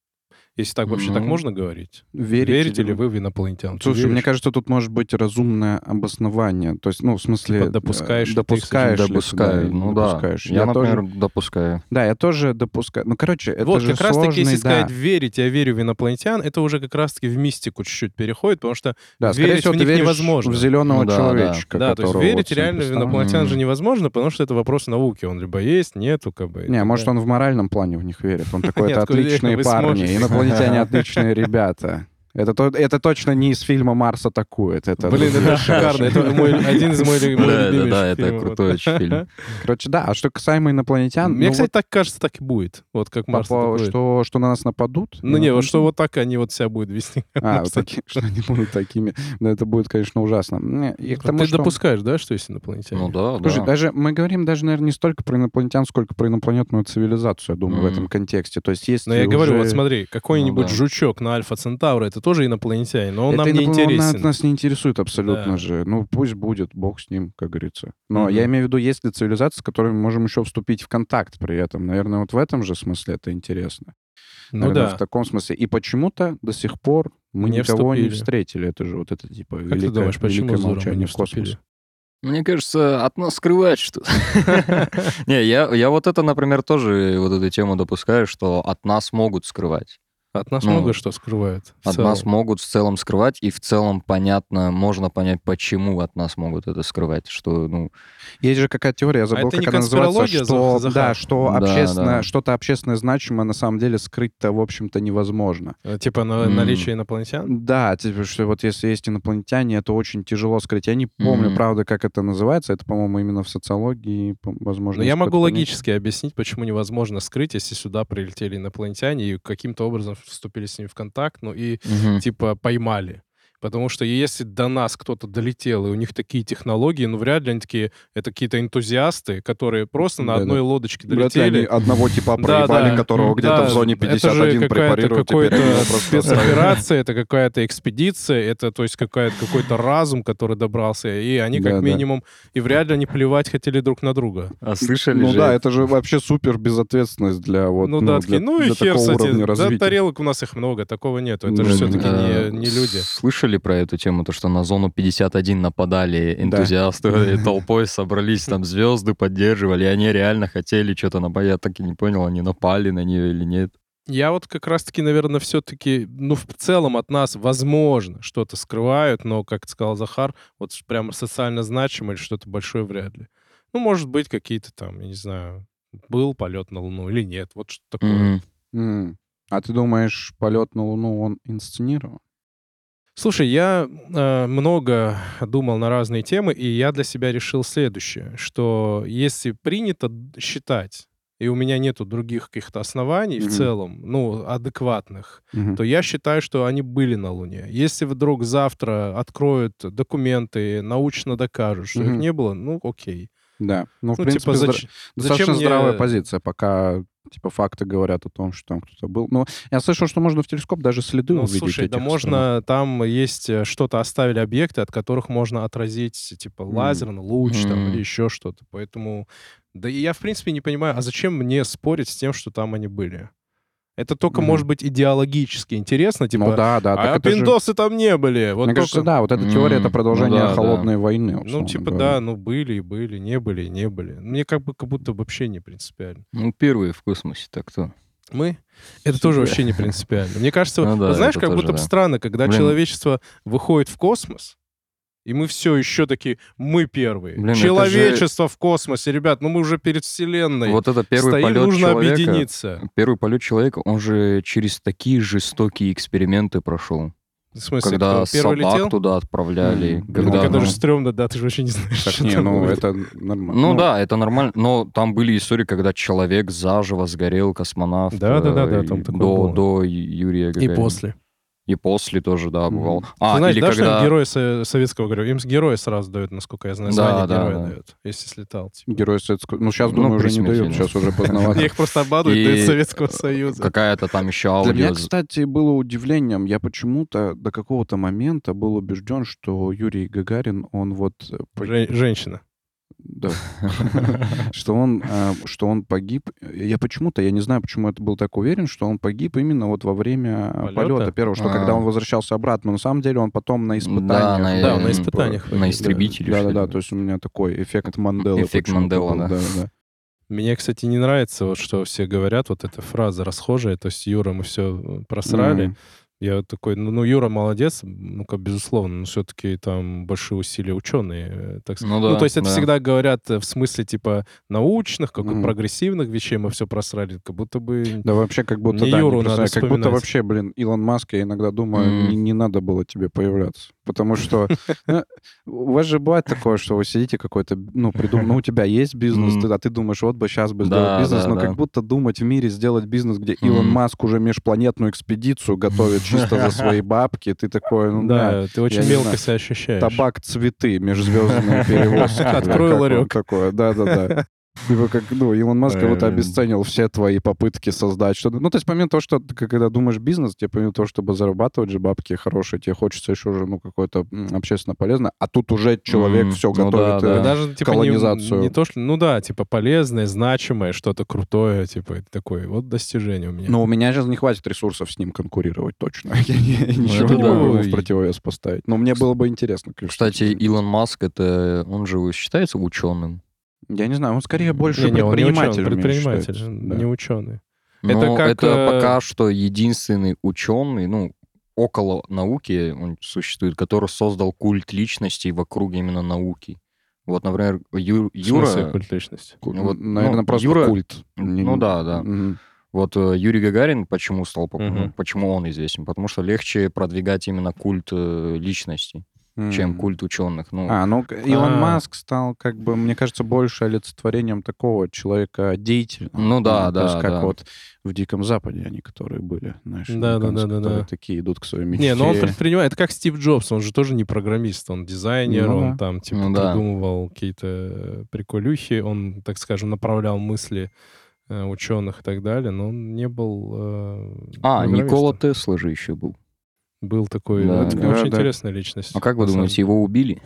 Если так вообще так можно говорить? Верите ли вы в инопланетян? Ты Слушай, мне веришь? кажется, тут может быть разумное обоснование. То есть, ну, в смысле... Типа допускаешь, что ты их допускаешь ли ты, Допускаю. Ну да. допускаешь. Я, например, тоже, допускаю. да, я тоже допускаю. Ну, короче, это Вот, же как раз-таки, сложный, если да. сказать «верить, я верю в инопланетян», это уже как раз-таки в мистику чуть-чуть переходит, потому что Да, скорее верить всего, в ты них веришь невозможно. в зеленого Да, человечка, Да, то есть которого верить вот реально в всем инопланетян же Мгм. невозможно, потому что это вопрос науки. Он либо есть, нету, как бы. и Не, так может, далее. он в моральном плане в них верит. Он такой, Нет, это такой, отличные вы парни, сможете. инопланетяне отличные ребята. Это точно не из фильма «Марс атакует». Это Блин, другие это шикарно. Это один из моих любимейших Да, это фильмов. крутой очень фильм. Короче, да. А что касаемо инопланетян, Мне, ну кстати, вот так кажется, так и будет. Вот как Марс атакует. что на нас нападут? Ну не, вот что инопланетяне? вот так они вот себя будут вести. Вот такие, что они будут такими. Да, это будет, конечно, ужасно. Не, и к тому, Ты что... допускаешь, да, что есть инопланетяне? Ну да, Слушай, да. даже мы говорим даже, наверное, не столько про инопланетян, сколько про инопланетную цивилизацию, я думаю, в этом контексте. То есть есть Но я говорю, вот уже... смотри, какой-нибудь да. жучок на Альфа Центавра, это тоже инопланетянин, но он нам Это не он интересен. нас не интересует абсолютно Да. же. Ну, пусть будет, бог с ним, как говорится. Но Мгм. я имею в виду, есть ли цивилизации, с которыми мы можем еще вступить в контакт при этом. Наверное, вот в этом же смысле это интересно. Ну Наверное, да. в таком смысле. И почему-то до сих пор мы Не никого не вступили. встретили. Это же вот это, типа, Как ты думаешь, почему великое Зура мы молчание не в космосе. вступили? Мне кажется, от нас скрывать что-то. Не, я вот это, например, тоже вот эту тему допускаю, что от нас могут скрывать. От нас Ну, много что скрывают. в От целом. нас могут в целом скрывать, и в целом понятно, можно понять, почему от нас могут это скрывать. Что, ну, Есть же какая-то теория, я забыл, это не как она называется, конспирология, что, Захар? да, что Да. что-то общественно значимое на самом деле скрыть-то, в общем-то, невозможно. Типа наличие инопланетян? Да, типа, что вот если есть инопланетяне, это очень тяжело скрыть. Я не помню, Мгм. правда, как это называется. Это, по-моему, именно в социологии, возможно. Но я есть могу какое-то понятие. логически объяснить, почему невозможно скрыть, если сюда прилетели инопланетяне и каким-то образом вступили с ними в контакт, ну и типа поймали. Потому что если до нас кто-то долетел, и у них такие технологии, ну вряд ли они такие, это какие-то энтузиасты, которые просто на Да-да. одной лодочке Вряд ли они долетели. одного типа Да, проебали, да. которого где-то Да, в зоне это 51 же какая-то препарируют, теперь они его какой-то просто оставят. спецоперация, это какая-то экспедиция, это то есть какой-то разум, который добрался, и они как Да-да. минимум, и вряд ли они плевать хотели друг на друга. А слышали Ну же? да, это же вообще супер безответственность для вот, Ну да, такие, для, ну и для хер такого с этим. уровня Да, развития. тарелок у нас их много, такого нету. Это же Да, все-таки А, не люди. Слышали про эту тему, то, что на зону 51 нападали энтузиасты, и толпой собрались, там звезды поддерживали, и они реально хотели что-то напасть. Я так и не понял, они напали на нее или нет. Я вот как раз-таки, наверное, все-таки, ну, в целом от нас, возможно, что-то скрывают, но, как сказал Захар, вот прямо социально значимое или что-то большое вряд ли. Ну, может быть, какие-то там, я не знаю, был полет на Луну или нет, вот что такое. Мгм. А ты думаешь, полет на Луну он инсценирован? Слушай, я много думал на разные темы, и я для себя решил следующее, что если принято считать, и у меня нету других каких-то оснований в Мгм. целом, ну, адекватных, Мгм. то я считаю, что они были на Луне. Если вдруг завтра откроют документы, научно докажут, что их Мгм. не было, ну, окей. Да. Ну, в Ну, принципе, типа, достаточно зачем здравая мне... позиция, пока типа факты говорят о том, что там кто-то был. Но я слышал, что можно в телескоп даже следы Ну, увидеть слушай, да этих можно, там есть что-то, оставили объекты, от которых можно отразить, типа, лазерный луч там или еще что-то. Поэтому, да и я, в принципе, не понимаю, а зачем мне спорить с тем, что там они были? Это только, Мгм. может быть, идеологически интересно, Ну типа, да, а так это же... пиндосы там не были. Вот Мне только... кажется, да, вот эта теория — это Ну продолжение да, холодной войны, Ну, условно типа, говоря. да, ну, были и были, не были и не были. Мне как будто вообще не принципиально. Ну, первые в космосе, так кто? Мы? Это тоже вообще не принципиально. Мне кажется, Ну да, вот знаешь, это как тоже, будто бы да. странно, когда Блин. человечество выходит в космос, и мы все еще такие, мы первые. Блин, это же- Человечество в космосе, ребят, ну мы уже перед Вселенной. Вот это первый Стоим, полет нужно человека. объединиться. Первый полет человека, он же через такие жестокие эксперименты прошел. В смысле, Когда кто первый собак летел? туда отправляли. Блин, Блин, когда, так это ну, же стрёмно, да, ты же вообще не знаешь, Так что не, там ну будет. это нормально. Ну да, это нормально, но там были истории, когда человек заживо сгорел, космонавт. Да, там такое было. До Юрия И Гагарина. после. И после тоже, да, бывал. Ты знаешь, или да, что им когда... героя советского, говорю, им с героя сразу дают, насколько я знаю, звание Да, героя да. дают, если слетал. Типа. Герой Советского... Ну, сейчас, Ну, думаю, уже при не смерти, дают, да. сейчас уже поздновато. Их просто обманывают, И дают Советского Союза. Какая-то там еще Для меня, аудио... кстати, было удивлением. Я почему-то до какого-то момента был убежден, что Юрий Гагарин, он вот... Женщина. Да. Что он погиб. Я почему-то, я не знаю, почему я был так уверен, что он погиб именно вот во время полета первого, что когда он возвращался обратно. На самом деле он потом на испытаниях. Да, на испытаниях на погиб. истребителе. Да, то есть у меня такой эффект Манделы. Эффект почему-то Манделы, был. да. Да. Мне, кстати, не нравится, вот что все говорят, вот эта фраза расхожая, то есть Юра, мы все просрали. Я вот такой, ну, Юра молодец, ну, как безусловно, но все-таки там большие усилия ученые, так сказать. Ну да, то есть это да. всегда говорят в смысле, типа, научных, каких-то Мгм. прогрессивных вещей мы все просрали, как будто бы... Да вообще как будто, Не да, Юру не надо представляю, как будто вспоминать. вообще, блин, Илон Маск, я иногда думаю, не надо было тебе появляться. Потому что у вас же бывает такое, что вы сидите какой-то, у тебя есть бизнес, а ты думаешь, вот бы сейчас бы сделать Да, бизнес, да, но да. как будто думать в мире сделать бизнес, где Илон Маск уже межпланетную экспедицию готовит чисто за свои бабки, ты такой, Да, ты очень я не мелко знаю, себя ощущаешь. табак, цветы, межзвездные перевозки. Открой Как ларек. вам такое? Да. Типа как, Илон Маск как будто обесценил все твои попытки создать что-то. Ну, то есть помимо того, что ты, когда думаешь бизнес, тебе помимо того, чтобы зарабатывать же бабки хорошие, тебе хочется еще же, какое-то общественно полезное, а тут уже человек все ну готовит да. Даже, типа, колонизацию. не то, что... типа, полезное, значимое, что-то крутое, типа, это такое. Вот достижение у меня. Но у меня сейчас не хватит ресурсов с ним конкурировать точно. Я ничего это не да. могу ему в противовес поставить. Но мне было бы интересно. Кстати, Илон Маск, он же считается ученым. Я не знаю, он скорее больше Не, он не предприниматель. ученый, у меня предприниматель, считается. Да. не ученый. Но как, это пока что единственный ученый, около науки он существует, который создал культ личностей вокруг именно науки. Вот, например, В смысле Юра... культ личности? Вот, Наверное, просто Юра- культ. Да. Мгм. Вот Юрий Гагарин почему стал популярным, Мгм. почему он известен? Потому что легче продвигать именно культ личностей, чем культ ученых. Илон Маск стал, мне кажется, больше олицетворением такого человека деятельного. Ну да, То есть да, как да. вот в «Диком Западе» они, которые были, знаешь, Да, американцы, да. которые такие идут к своей мечте. Не, но он предприниматель. Это как Стив Джобс, он же тоже не программист, он дизайнер, Ну он да. там, типа, Ну да. придумывал какие-то приколюхи, он, так скажем, направлял мысли ученых и так далее, но он не был программистом. Никола Тесла же еще был. Был такой... Да. Это Да, очень да. интересная личность. А как вы на самом думаете, деле. его убили?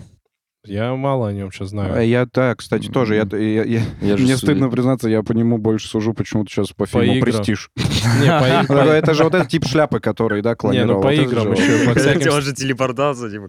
Я мало о нем сейчас знаю. Я, да, кстати, тоже. Я же Мне с- стыдно признаться, я по нему больше сужу почему-то сейчас по фильму играм. «Престиж». Не, Это же вот этот тип шляпы, который, да, Не, клонировал. ну по Вот это играм же еще, по вот. всяким... же телепортация, типа,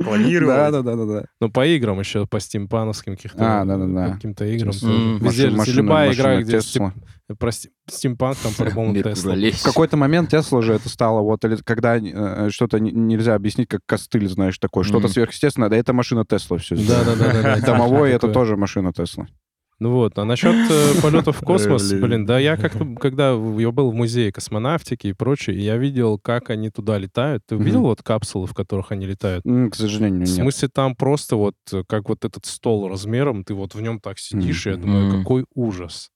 Да. Ну, по играм еще, по стимпановским каких-то... Да. Каким-то играм. Сейчас, тоже. Везде же машина- любая машина игра, где Тесла. про стимпанк, там по-любому Тесла. Меркуролез. В какой-то момент Тесла же это стало, вот, или когда что-то нельзя объяснить, как костыль, знаешь, такой, что-то сверхъестественное, да это машина Тесла все сделала. Да. Домовой — это Такое. тоже машина Тесла. Ну вот, а насчет полетов в космос, Блин. да, я как-то, когда я был в музее космонавтики и прочее, и я видел, как они туда летают. Ты видел вот капсулы, в которых они летают? К сожалению, В нет. смысле, там просто вот, как вот этот стол размером, ты вот в нем так сидишь, и я думаю, Мгм. какой ужас.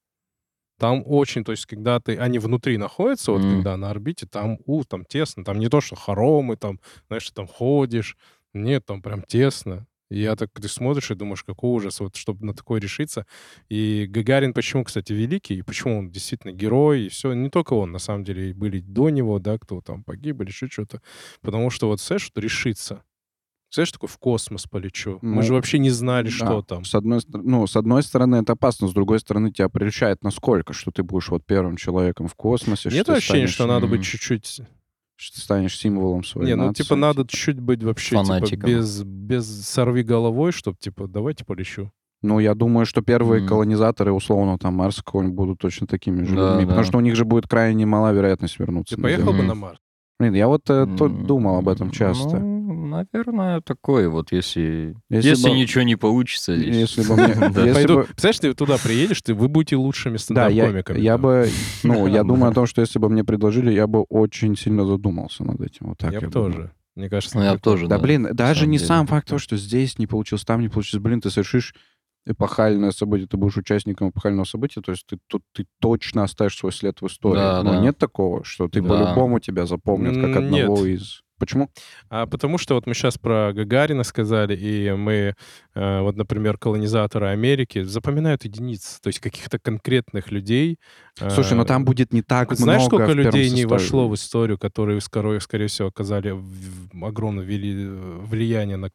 Там очень, то есть, когда они внутри находятся, вот когда на орбите, там тесно, там не то, что хоромы, там, знаешь, ты там ходишь, нет, там прям тесно. И ты смотришь и думаешь, какой ужас, вот, чтобы на такое решиться. И Гагарин почему, кстати, великий, и почему он действительно герой, и все, не только он, на самом деле, и были до него, да, кто там погиб или еще что-то. Потому что вот, знаешь, что решиться. Знаешь, такой в космос полечу. Мы же вообще не знали, что там. С одной стороны, это опасно, с другой стороны, тебя прельщает насколько, что ты будешь вот первым человеком в космосе, Нет что ты ощущения, станешь, что надо быть чуть-чуть... что ты станешь символом своей Не, ну, нации. типа, надо чуть-чуть быть вообще, типа, Фанатиком. без сорви головой, чтобы, типа, давайте полечу. Ну, я думаю, что первые колонизаторы, условно, там, Марса какого-нибудь, будут точно такими же Да, людьми. да. Потому что у них же будет крайне мала вероятность вернуться. Ты на поехал Землю. бы Мгм. на Марс? Блин, я вот думал об этом часто. Ну, наверное, такое вот, если Если бы- ничего не получится здесь. Если бы мне... Да. если Пойду... бы- Представляешь, ты туда приедешь, вы будете лучшими Да, стендап-комиками. я там. бы... я думаю о том, что если бы мне предложили, я бы очень сильно задумался над этим. Вот так Я бы думаю. тоже. Мне кажется, Ну, я прикольно. тоже, Да, да. блин, на даже самом не деле. сам факт того, что здесь не получилось, там не получилось. Блин, ты совершишь эпохальное событие, ты будешь участником эпохального события, то есть ты точно оставишь свой след в истории. Да, Но да. нет такого, что ты Да. по-любому тебя запомнят как одного Нет. из... Почему? Потому что вот мы сейчас про Гагарина сказали, и мы, вот, например, колонизаторы Америки запоминают единиц, то есть каких-то конкретных людей. Слушай, но там будет не так Знаешь, много сколько в первом людей не составе. вошло в историю, которые, скорее всего, оказали огромное влияние на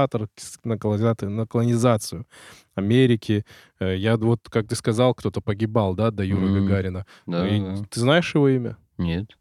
на колонизацию Америки. Я вот, как ты сказал, кто-то погибал, да, до Юры Гагарина. Да, И да. ты знаешь его имя? Нет.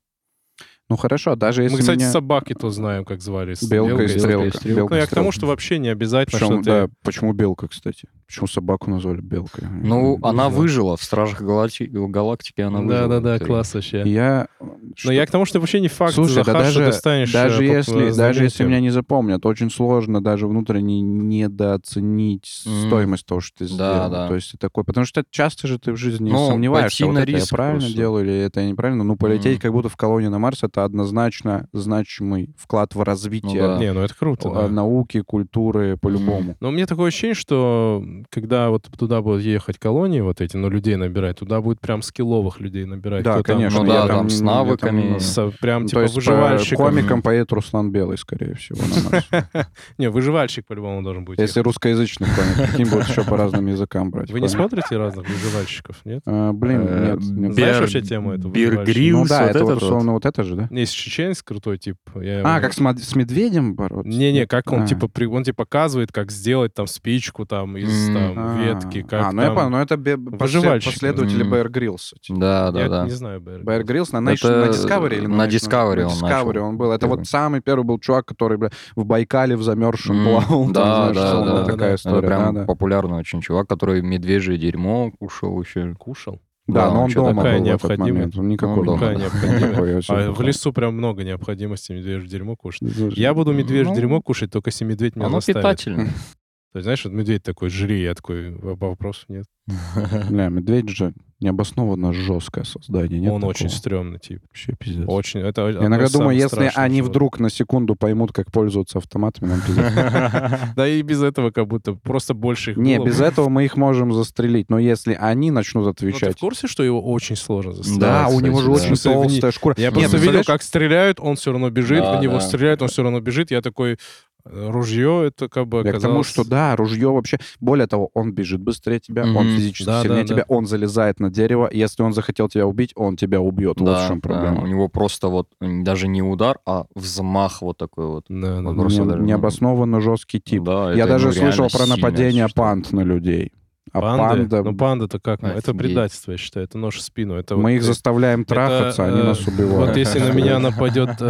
Ну хорошо, даже если Мы, кстати, меня... собаки-то знаем, как звали. Белка и стрелка. Стрелка. Ну, я к тому, что вообще не обязательно, Причем, что да, ты... почему белка, кстати? Почему собаку назвали белкой? Ну, она знаю. выжила в «Стражах Галактики», она выжила. Да-да-да, Это- класс вообще. Я... Но я к тому, что вообще не факт, Слушай, да Захар, что даже, ты станешь даже если знаменитым. меня не запомнят, очень сложно даже внутренне недооценить стоимость того, что ты сделал. да. То есть ты такой... Потому что часто же ты в жизни Ну, сомневаешься, пойти вот на это я риск правильно просто. делаю или это я неправильно. Ну, полететь Мгм. как будто в колонию на Марс — это однозначно значимый вклад в развитие Ну да. Не, ну это круто, да. науки, культуры, по-любому. Но у меня такое ощущение, что когда вот туда будут ехать колонии вот эти, ну, людей набирать, туда будет прям скилловых людей набирать. Да, кто там, конечно. Ну я да, там с я навыками. прям Ну, типа то есть выживальщиков. комиком поедет Руслан Белый, скорее всего, на Марс. Не, выживальщик по-любому должен быть. Если русскоязычный комик, каким будут еще по разным языкам брать? Вы не комик? смотрите разных выживальщиков, нет? Блин, нет. не Знаешь вообще тему эту? выживальщиков? Ну да, вот это вот этот вот. условно вот это же, да? Есть чеченец крутой тип. я его- Как с медведем бороться? Не-не, как он А. типа он тебе показывает, как сделать там спичку там из там ветки, как ну я там... понял, но это Выживальщик. последователи Мгм. Бэйр Гриллса. Да. Я не знаю, Бэйр Бэйр Гриллс. Гриллс на Это Discovery или на National? Discovery На он Discovery начал. он был. Это Первый. вот самый первый был чувак, который, бля, в Байкале в замерзшем плавал. там, Да, знаешь, условно, да. такая Это история. прям да. популярный очень чувак, который медвежье дерьмо кушал еще. Кушал? Да, Да, но он он чё-то дома такая был в этот необходимость. момент. Он никакой Он дома, Какая да. необходимость. Никакой, я всё В бухал. лесу прям много необходимости медвежье дерьмо кушать. Слушай, Я буду медвежье Ну, дерьмо кушать, только если медведь меня Оно заставит. питательное. То есть, знаешь, вот медведь такой, жри, я такой, вопросов нет. Бля, медведь же необоснованно жесткое создание. Нет Он такого? очень стрёмный тип. Вообще пиздец. Очень. Это Я одно иногда из думаю, самых если страшных они животных. вдруг на секунду поймут, как пользоваться автоматами, нам пиздец. Да и без этого как будто просто больше их Не, было без бы. этого мы их можем застрелить. Но если они начнут Ну, ты отвечать... в курсе, что его очень сложно заставить? Да, Да, у него кстати, же да. очень В смысле, толстая шкура. Я Не, просто видел, представляешь, как стреляют, он все равно бежит, Да, в него да. стреляют, он все равно бежит. Я такой, ружье это как бы Я к тому, оказалось... что да, ружье вообще... Более того, он бежит быстрее тебя, он Мгм. физически Да, сильнее да, тебя, да. он залезает на дерево. Если он захотел тебя убить, он тебя убьет. Вот в чем У проблема. него просто вот даже не удар, а взмах вот такой вот. Да, да, Вот да. просто даже, Необоснованно жесткий тип. Да, Я это, даже ну, слышал реально про сильное нападение существо. панд на людей. А Панды? панда... Ну, панда-то как? Это Офигеть. предательство, я считаю. Это нож в спину. Это Мы вот их ты- заставляем трахаться, это, они нас убивают. Вот если на меня нападет...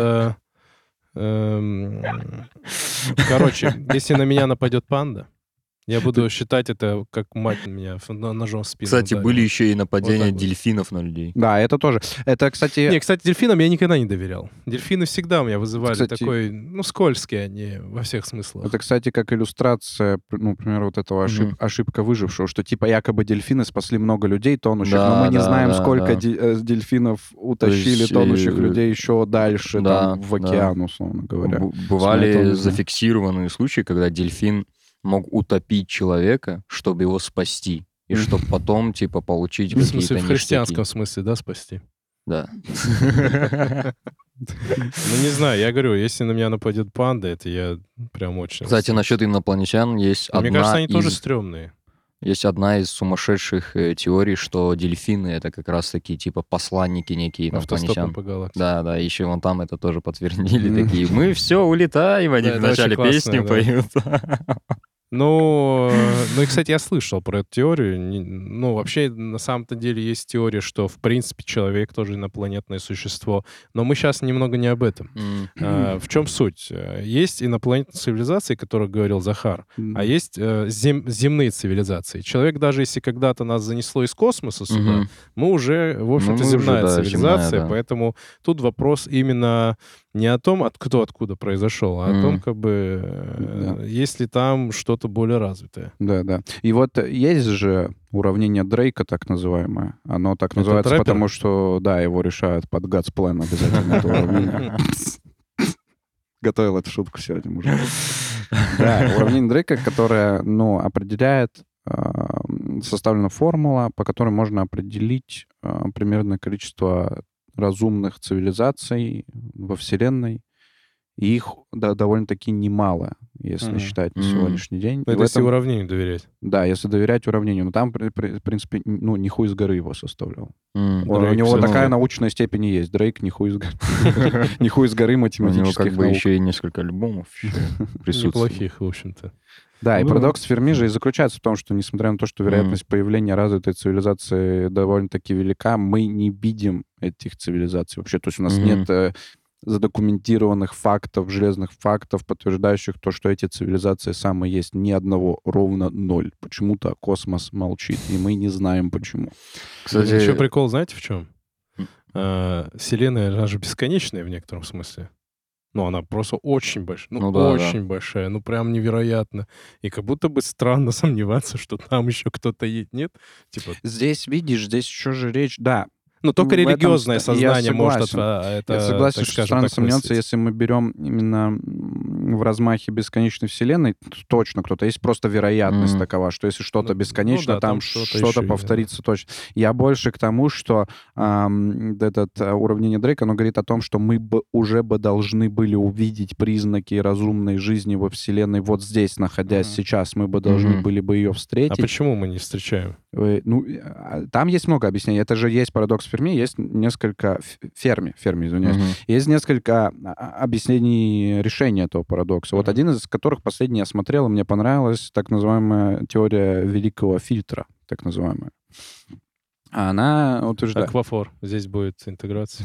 Короче, если на меня нападет панда, я буду считать это, как мать на меня ножом в спину Кстати, ударила. были еще и нападения Вот так вот. дельфинов на людей. Да, это тоже. Это, кстати... Не, кстати, дельфинам я никогда не доверял. Дельфины всегда у меня вызывали Кстати, такой, ну, скользкие они во всех смыслах. Это, кстати, как иллюстрация, ну, например, вот этого Мгм. ошибка выжившего, что типа якобы дельфины спасли много людей тонущих, Да, но мы не да, знаем, да, сколько да. дельфинов утащили есть, тонущих людей еще дальше, да, там, в да. океан, условно говоря. этого Бывали не знаю. зафиксированные случаи, когда дельфин мог утопить человека, чтобы его спасти. И чтобы потом, типа, получить В какие-то смысле, в христианском ништяки. смысле, да, спасти? Да. Ну, не знаю, я говорю, если на меня нападет панда, это я прям очень... Кстати, насчет инопланетян есть Мне кажется, одна они тоже из... стрёмные. Есть одна из сумасшедших теорий, что дельфины — это как раз-таки, типа, посланники некие Автостопом инопланетян. по галактике. Да, еще вон там это тоже подтвердили. Такие, мы все улетаем, они Да, в это начале очень песни классно, поют. Ну, и, кстати, я слышал про эту теорию. Ну, вообще, на самом-то деле есть теория, что, в принципе, человек тоже инопланетное существо. Но мы сейчас немного не об этом. В чем суть? Есть инопланетные цивилизации, о которых говорил Захар, а есть земные цивилизации. Человек, даже если когда-то нас занесло из космоса сюда, Мгм. мы уже, в общем-то, мы уже, земная да, цивилизация, земная, да. поэтому тут вопрос именно не о том, кто откуда произошел, а о том, как бы, есть ли там что-то более развитое. Да, да. И вот есть же уравнение Дрейка, так называемое. Оно так Это называется, рэпер? потому что, да, его решают под God's Plan обязательно, это уравнение. Готовил эту шутку сегодня, мужик. Да, уравнение Дрейка, которое, ну, определяет, составлена формула, по которой можно определить примерное количество разумных цивилизаций во Вселенной И их довольно-таки немало, если считать на сегодняшний день. Это если уравнению доверять. Да, если доверять уравнению. Но там, в принципе, ну, не хуй с горы его составлял. У Дрейк него всё такая равно. научная степень и есть. Дрейк не хуй с горы У него математических как бы наук. еще и несколько альбомов еще присутствует. Неплохих, в общем-то. Да, и Ну, парадокс Ферми же и заключается в том, что, несмотря на то, что вероятность появления развитой цивилизации довольно-таки велика, мы не видим этих цивилизаций вообще. То есть у нас нет задокументированных фактов, железных фактов, подтверждающих то, что эти цивилизации самые есть. Ни одного, ровно 0. Почему-то космос молчит, и мы не знаем, почему. Кстати, еще прикол, знаете, в чем? Вселенная, она же бесконечная в некотором смысле. Ну, она просто очень большая. Очень большая. Ну, прям невероятно. И как будто бы странно сомневаться, что там еще кто-то есть. Нет? Типа... Здесь, видишь, здесь еще же речь... Да. Ну, только в этом религиозное я сознание может согласен. это, Я согласен, так что скажем, странно так сомневаться, мыслить. если мы берем именно в размахе бесконечной вселенной, то точно кто-то. Есть просто вероятность такова, что если что-то бесконечно, да, там что-то повторится точно. Я больше к тому, что уравнение Дрейка, оно говорит о том, что мы уже должны были увидеть признаки разумной жизни во вселенной вот здесь, находясь сейчас. Мы бы должны были бы ее А встретить. почему мы не встречаем? Ну, там есть много объяснений. Это же есть парадокс Ферми, есть несколько... Ферми, извиняюсь. Есть несколько объяснений решения этого парадокса. Вот один из которых последний я смотрел, и мне понравилась так называемая теория великого фильтра, так называемая. Она утверждает... Аквафор. Здесь будет интеграция.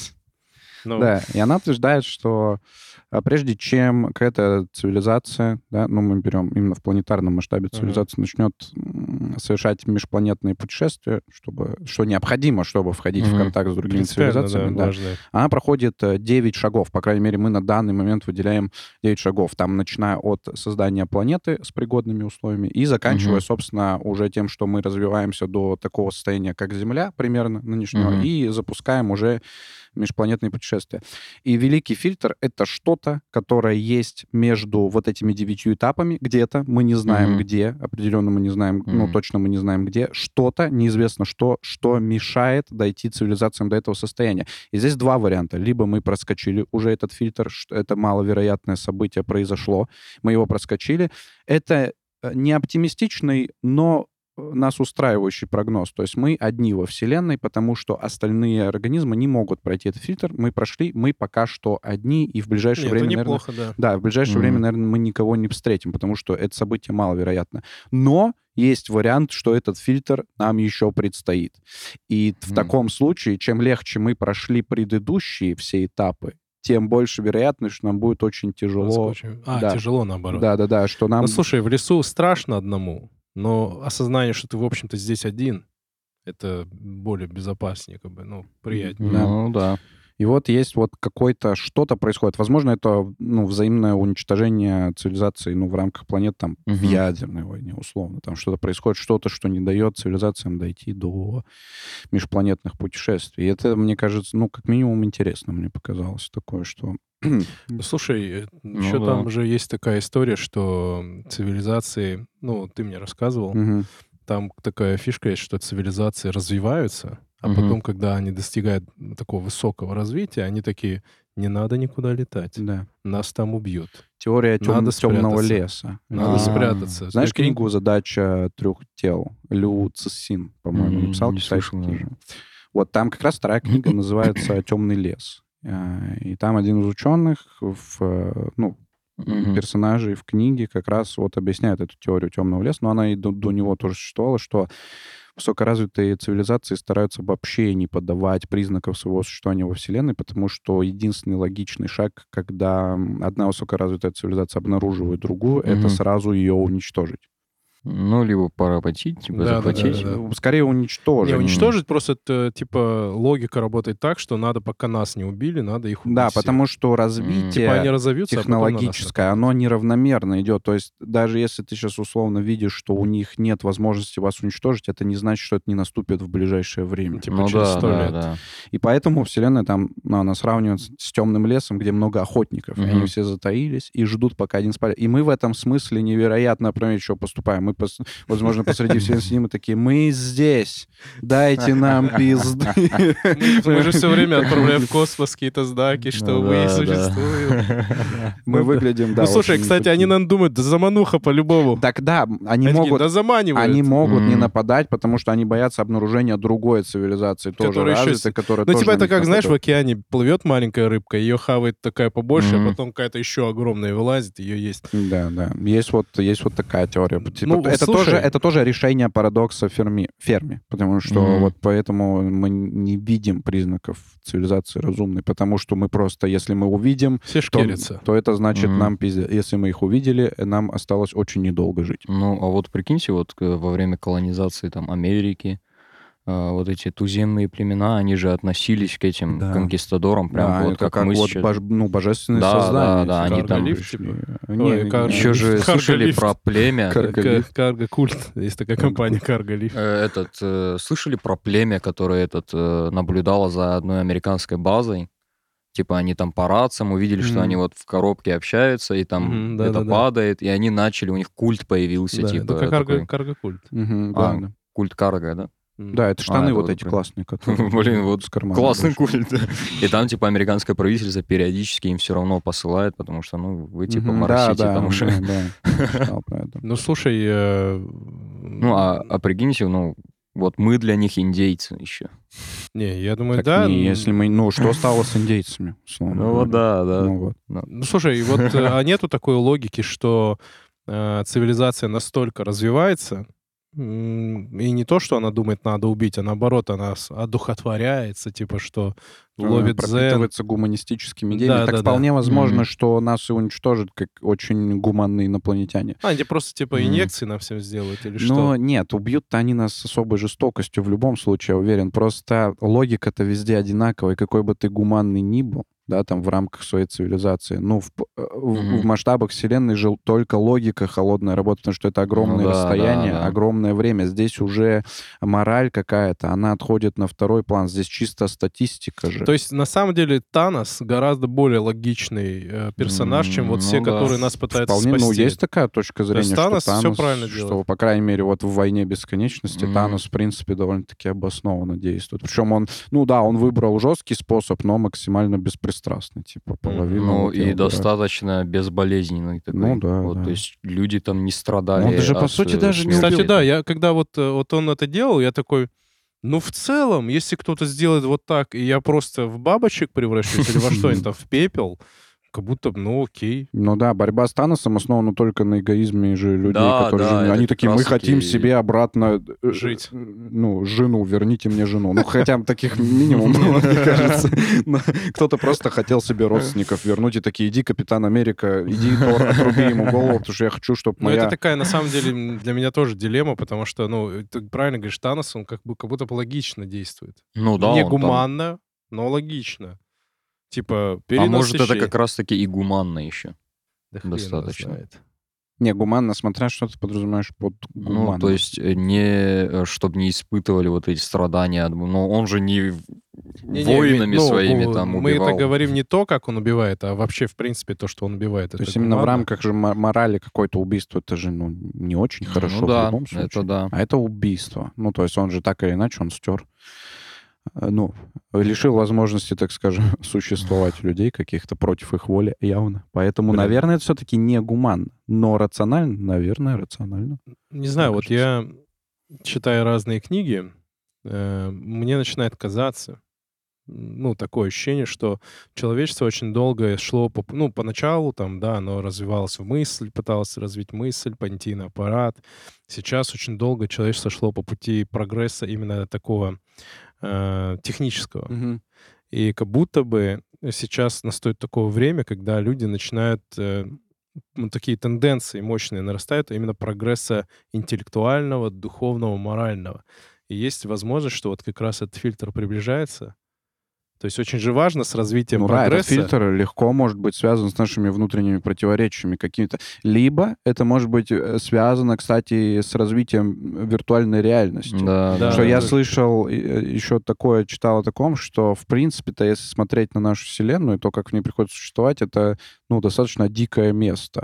Ну, Да, и она утверждает, что прежде чем какая-то цивилизация, да, ну, мы берем именно в планетарном масштабе цивилизация, начнет совершать межпланетные путешествия, что необходимо, чтобы входить в контакт с другими цивилизациями, да, она проходит 9 шагов. По крайней мере, мы на данный момент выделяем 9 шагов. Там, начиная от создания планеты с пригодными условиями и заканчивая, собственно, уже тем, что мы развиваемся до такого состояния, как Земля, примерно нынешнего, и запускаем уже межпланетные путешествия. И великий фильтр — это что-то, которое есть между вот этими 9 этапами где-то. Мы не знаем где, определенно мы не знаем, ну, точно мы не знаем где. Что-то, неизвестно что мешает дойти цивилизациям до этого состояния. И здесь два варианта. Либо мы проскочили уже этот фильтр, это маловероятное событие произошло, мы его проскочили. Это не оптимистичный, но нас устраивающий прогноз. То есть мы одни во Вселенной, потому что остальные организмы не могут пройти этот фильтр. Мы прошли, мы пока что одни, и в ближайшее время, это неплохо, наверное... Да, в ближайшее время, наверное, мы никого не встретим, потому что это событие маловероятно. Но есть вариант, что этот фильтр нам еще предстоит. И в таком случае, чем легче мы прошли предыдущие все этапы, тем больше вероятность, что нам будет очень тяжело. Тяжело наоборот. Да, что нам... Ну, слушай, в лесу страшно одному, но осознание, что ты, в общем-то, здесь один, это более безопаснее, как бы, ну, приятнее. Ну, да. И вот есть вот какое-то что-то происходит. Возможно, это, ну, взаимное уничтожение цивилизации, ну, в рамках планет, там, в ядерной войне, условно. Там что-то происходит, что-то, что не дает цивилизациям дойти до межпланетных путешествий. И это, мне кажется, ну, как минимум интересно, мне показалось такое, что... Слушай, еще там же есть такая история, что цивилизации, ну, ты мне рассказывал, там такая фишка есть, что цивилизации развиваются, а потом, когда они достигают такого высокого развития, они такие, не надо никуда летать, нас там убьют. Теория темного леса. Надо спрятаться. Знаешь книгу «Задача трех тел»? Лю Цисин, по-моему, написал китайский. Вот там как раз вторая книга называется «Темный лес». И там один из ученых, персонажей в книге как раз вот объясняет эту теорию темного леса, но она и до него тоже существовала, что высокоразвитые цивилизации стараются вообще не подавать признаков своего существования во Вселенной, потому что единственный логичный шаг, когда одна высокоразвитая цивилизация обнаруживает другую, это сразу ее уничтожить. Ну, либо поработить, типа захватить. Да. Скорее уничтожить. Не, уничтожить просто, это, типа, логика работает так, что надо, пока нас не убили, надо их убить. Да, всех. потому что развитие типа они разовьются, технологическое, оно неравномерно идет. То есть даже если ты сейчас условно видишь, что у них нет возможности вас уничтожить, это не значит, что это не наступит в ближайшее время. Типа через 100 лет. Да. И поэтому Вселенная там, она сравнивается с темным лесом, где много охотников. И они все затаились и ждут, пока один спалит. И мы в этом смысле невероятно опрометчиво поступаем. Мы возможно, посреди вселенной сидим и такие, мы здесь, дайте нам пизды. Мы же все время отправляем в космос какие-то знаки, что мы Да, существуем. Мы выглядим, да. Ну, слушай, очень кстати, они, такие. наверное, думают, да замануха по-любому. Так да, Они такие, да заманивают. Они могут не Мгм. нападать, потому что они боятся обнаружения другой цивилизации, тоже Которая еще развитой, которая Ну, тоже типа на это них как, знаешь, в нападет. океане плывет маленькая рыбка, ее хавает такая побольше, а Мгм. потом какая-то еще огромная вылазит, ее есть. Да, да. Есть вот такая теория. Типа, Ну, слушай. это тоже решение парадокса Ферми, потому что Мгм. вот поэтому мы не видим признаков цивилизации разумной, потому что мы просто, если мы увидим, Все шкерятся. то это значит Мгм. нам пиздец. Если мы их увидели, нам осталось очень недолго жить. Ну, а вот прикиньте, вот во время колонизации там Америки, вот эти туземные племена, они же относились к этим Да. конкистадорам прям Да, вот это как мы вот сейчас. божественные Да, создания. да, эти, они которые там Карголиф, пришли. типа? Не, Ой, не, Карголиф. не. Еще же слышали Карголифт. про племя, Карголифт. Карго-культ. Есть такая компания Карголифт. слышали про племя, которое наблюдало за одной американской базой? Типа они там по рациям увидели, что они вот в коробке общаются, и там Мгм, это да-да-да. падает, и они начали, у них культ появился, Да, типа это такой. карго-культ. Мгм, А, да, да. культ карго, да? Да, это штаны это вот вот эти прям- классные, которые Блин, вот с кармана классный большие. культ. И там, типа, американское правительство периодически им все равно посылает, потому что, ну, вы, типа, Мгм, моросите да, там уже. да, читал про это. Ну, слушай, Ну, а прикиньте, ну, вот мы для них индейцы еще. не, я думаю, Так да. не, если мы... Ну, что стало с индейцами? условно Ну, вот говоря? да. Ну, вот. Ну, слушай, вот а нету такой логики, что цивилизация настолько развивается, и не то, что она думает, надо убить, а наоборот, она одухотворяется, типа, что ловит дзен. Пропитывается гуманистическими идеями. Да, Так да, вполне возможно, Мгм. что нас и уничтожат как очень гуманные инопланетяне. Они просто, типа, Мгм. инъекции нам всем сделают или Но что? нет, убьют-то они нас с особой жестокостью в любом случае, я уверен. Просто логика-то везде одинаковая. Какой бы ты гуманный ни был, да, там в рамках своей цивилизации. Ну, в масштабах Вселенной же только логика холодная работает, потому что это огромное да, расстояние, да. огромное время. Здесь уже мораль какая-то, она отходит на второй план. Здесь чисто статистика же. То есть, на самом деле, Танос гораздо более логичный персонаж, чем вот все, Ну да. которые нас пытаются Вполне, спасти. ну, есть такая точка То есть зрения, Танос что всё Танос, правильно что, делает. по крайней мере, вот в «Войне бесконечности» Мгм. Танос, в принципе, довольно-таки обоснованно действует. Причем он, ну да, он выбрал жесткий способ, но максимально беспристрастный. Типа половину. Ну, вот я и убираю. достаточно безболезненный такой. Ну да, Вот, да. то есть люди там не страдали. Он даже, по от, сути, даже не смерти. Кстати, убил. да, я когда вот он это делал, я такой, ну, в целом, если кто-то сделает вот так, и я просто в бабочек превращусь или во что-нибудь там, в пепел, как будто, ну, окей. Ну да, борьба с Таносом основана только на эгоизме же людей, Да, которые... да, это они как такие, мы раз-таки хотим себе обратно... жить. Ну, жену, верните мне жену. Ну, хотя бы таких минимум было, мне кажется. Но кто-то просто хотел себе родственников вернуть и такие, иди, Капитан Америка, иди, Тор, отруби ему голову, потому что я хочу, чтобы Ну, это моя... такая, на самом деле, для меня тоже дилемма, потому что, ну, ты правильно говоришь, Танос, он как будто бы логично действует. Ну да, Не он там- гуманно, но логично. Типа, А перенасыщение. может, это как раз-таки и гуманно еще. Да хрен его достаточно. знает. Не, гуманно, смотря что ты подразумеваешь под гуманно. Ну, то есть, чтобы не испытывали вот эти страдания. Ну, он же не воинами ну, своими там мы убивал. это говорим не то, как он убивает, а вообще, в принципе, то, что он убивает. То это есть именно в гуманно. рамках же морали какое-то убийство, это же, ну, не очень хорошо Ну да, в любом случае. это да. А это убийство. Ну, то есть он же так или иначе, он стер, ну, лишил возможности, так скажем, существовать людей каких-то против их воли явно. Поэтому, Блин. наверное, это все-таки не гуманно. Но рационально, наверное, рационально. Не знаю, мне вот я, читая разные книги, мне начинает казаться, ну, такое ощущение, что человечество очень долго шло, ну, поначалу, там, да, оно развивалось в мысль, пыталось развить мысль, понятийный аппарат. Сейчас очень долго человечество шло по пути прогресса именно такого технического. И как будто бы сейчас настает такое время, когда люди начинают... ну, такие тенденции мощные нарастают, а именно прогресса интеллектуального, духовного, морального. И есть возможность, что вот как раз этот фильтр приближается. То есть очень же важно с развитием Ну да, этот прогресса. фильтр легко может быть связан с нашими внутренними противоречиями какими-то. Либо это может быть связано, кстати, с развитием виртуальной реальности. Да, Что да, я да. слышал еще такое, читал о таком, что, в принципе-то, если смотреть на нашу Вселенную, то, как в ней приходится существовать, это, ну, достаточно дикое место.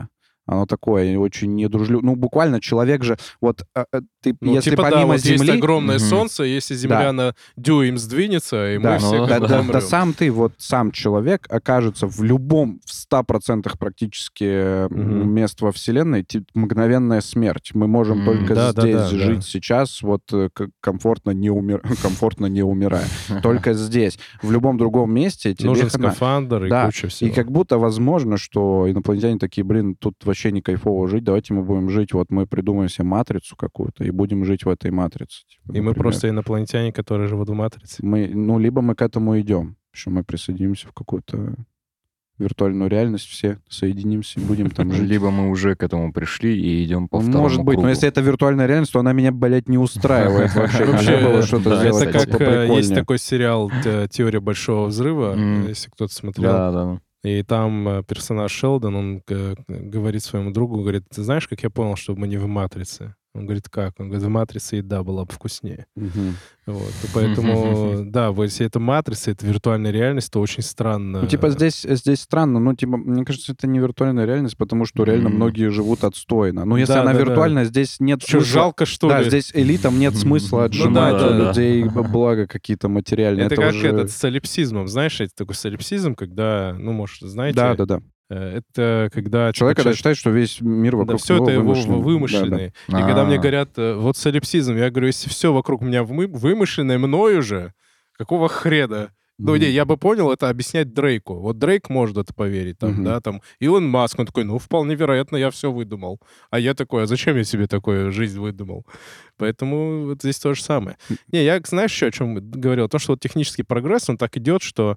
Оно такое очень недружелюбное. Ну, буквально человек же... Вот ты, Ну, если типа, да, помимо вот есть Земли... огромное Мгм. солнце, если Земля на дюйм сдвинется, и мы Да, все ну, как бы да, умрем. сам ты, вот сам человек окажется в любом, в 100% практически мест во Вселенной, мгновенная смерть. Мы можем только Да, да, здесь да, да. жить сейчас, вот комфортно не умирая. Только здесь. В любом другом месте тебе Нужен хана. скафандр и Да, куча и всего. как будто возможно, что инопланетяне такие, блин, тут вообще не кайфово жить, давайте мы будем жить, вот мы придумаем себе матрицу какую-то и будем жить в этой матрице. Типа, И мы например. просто инопланетяне, которые живут в матрице. Либо мы к этому идем, что мы присоединимся в какую-то виртуальную реальность, все соединимся и будем там жить. Либо мы уже к этому пришли и идем по второму Может быть, кругу. но если это виртуальная реальность, то она меня, блядь, не устраивает вообще. Вообще, Нельзя было что-то да, сделать Это как есть поприкольнее. такой сериал «Теория большого взрыва», если кто-то смотрел. Да. И там персонаж Шелдон, он говорит своему другу, говорит, ты знаешь, как я понял, что мы не в матрице? Он говорит, как? Он говорит, в матрице еда была бы вкуснее. Мгм. Вот. И поэтому, да, вот если это матрица, это виртуальная реальность, то очень странно. Ну, типа, здесь странно. Ну, типа, мне кажется, это не виртуальная реальность, потому что реально многие живут отстойно. Ну, если Да, она да, да. виртуальная, здесь нет Что, смысла... жалко, что Да, ли? здесь элитам нет смысла отжимать да, у да. людей благо какие-то материальные. Это как уже... этот солипсизмом. Знаешь, это такой солипсизм, когда, ну, может, знаете... Да. Это когда... Человек, когда считает, что весь мир Да, вокруг все него это его вымышленный. вымышленный. Да, И когда мне говорят, вот солипсизм, я говорю, если все вокруг меня вымышленное мною же, какого хрена? Ну, не, я бы понял, это объяснять Дрейку. Вот Дрейк может это поверить, там, да, там. Илон Маск, он такой, ну, вполне вероятно, я все выдумал. А я такой, а зачем я себе такую жизнь выдумал? Поэтому вот здесь то же самое. Не, я, знаешь, еще о чем говорил? То, что вот технический прогресс, он так идет, что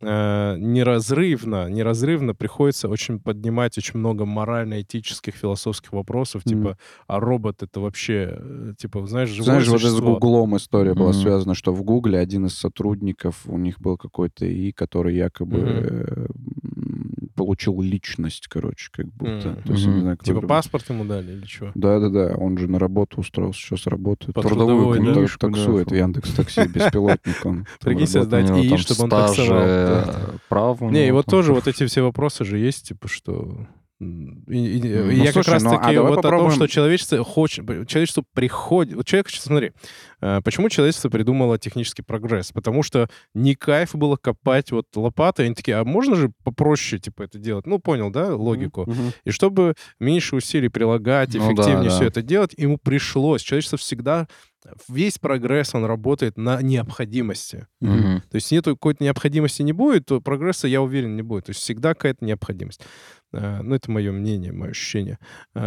неразрывно приходится очень поднимать очень много морально-этических, философских вопросов, типа, а робот это вообще, типа, знаешь, живое Знаешь, вот с существо. Гуглом история была связана, что в Гугле один из сотрудников, у них был какой-то ИИ, который якобы получил личность, короче, как будто. То есть, я не знаю, Типа кто-то- паспорт ему дали или что? Да, он же на работу устроился, сейчас работает. По Трудовую трудовой, да? книжку, Таксует да. в Яндекс.Такси, беспилотник он. там Прикинь, работает. создать У него ИИ, там чтобы он стаж, таксовал. прав у Не, и него вот там. тоже вот эти все вопросы же есть, типа, что... И Ну, я как слушай, раз ну, а таки давай вот о том, попробуем- что человечество приходит... Вот человек, смотри, почему человечество придумало технический прогресс? Потому что не кайф было копать вот лопатой, они такие, а можно же попроще, типа, это делать? Ну, понял, да, логику? Мгм. И чтобы меньше усилий прилагать, Ну да, эффективнее да. все это делать, ему пришлось. Человечество всегда... Весь прогресс, он работает на необходимости. Мгм. То есть нету какой-то необходимости не будет, то прогресса, я уверен, не будет. То есть всегда какая-то необходимость. Ну, это мое мнение, мое ощущение.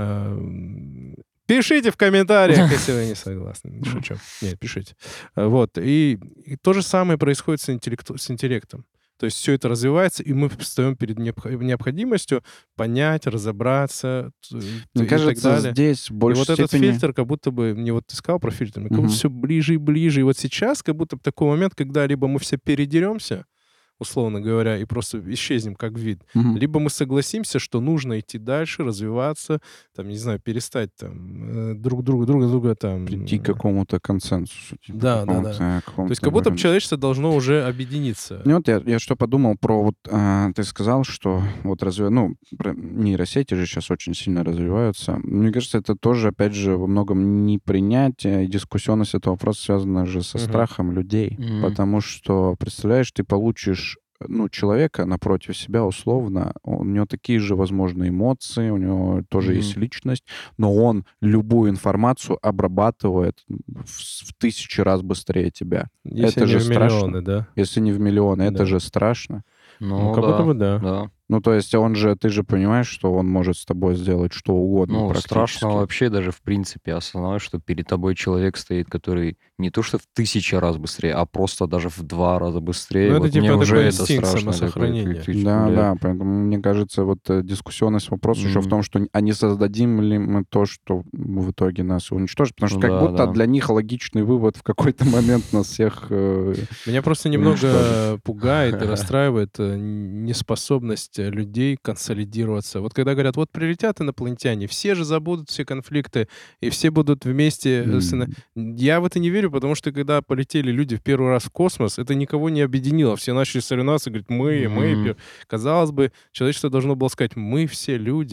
Пишите в комментариях, если вы не согласны. Шучу. Нет, пишите. Вот. И то же самое происходит с интеллектом. То есть все это развивается, и мы встаем перед необходимостью понять, разобраться Мне и кажется, так далее. здесь в И большей вот этот степени... фильтр, как будто бы, мне вот ты сказал про фильтр, как будто Мгм. все ближе и ближе. И вот сейчас как будто бы такой момент, когда либо мы все передеремся, условно говоря, и просто исчезнем как вид, Мгм. либо мы согласимся, что нужно идти дальше, развиваться, там, не знаю, перестать там друг друга там... Прийти к какому-то консенсусу. Типа, Да. какому-то То есть как будто бы человечество должно уже объединиться. Ну, вот я что подумал про вот ты сказал, что вот нейросети же сейчас очень сильно развиваются. Мне кажется, это тоже, опять же, во многом непринятие и дискуссионность этого вопроса связана же со Мгм. страхом людей. Мгм. Потому что, представляешь, ты получишь человека напротив себя условно, у него такие же, возможно, эмоции, у него тоже есть личность, но он любую информацию обрабатывает в 1000 раз быстрее тебя. Если это не же в страшно. миллионы, да? Если не в миллионы, это Да. же страшно. Ну, как да, будто бы да. да. Ну, то есть ты же понимаешь, что он может с тобой сделать что угодно Ну, практически. страшно вообще даже в принципе осознавать, что перед тобой человек стоит, который не то что в 1000 раз быстрее, а просто даже в 2 раза быстрее. Ну, это Вот типа мне такой уже это инстинкт страшно. самосохранения. Да, поэтому мне кажется, вот дискуссионность вопроса еще в том, что а не создадим ли мы то, что в итоге нас уничтожит, потому что Ну как да, будто да. для них логичный вывод в какой-то момент нас всех... Меня просто немного пугает и расстраивает неспособность людей консолидироваться. Вот когда говорят, вот прилетят инопланетяне, все же забудут все конфликты, и все будут вместе... Я в это не верю, потому что когда полетели люди в первый раз в космос, это никого не объединило. Все начали соревноваться, говорят, мы. Казалось бы, человечество должно было сказать, мы все люди.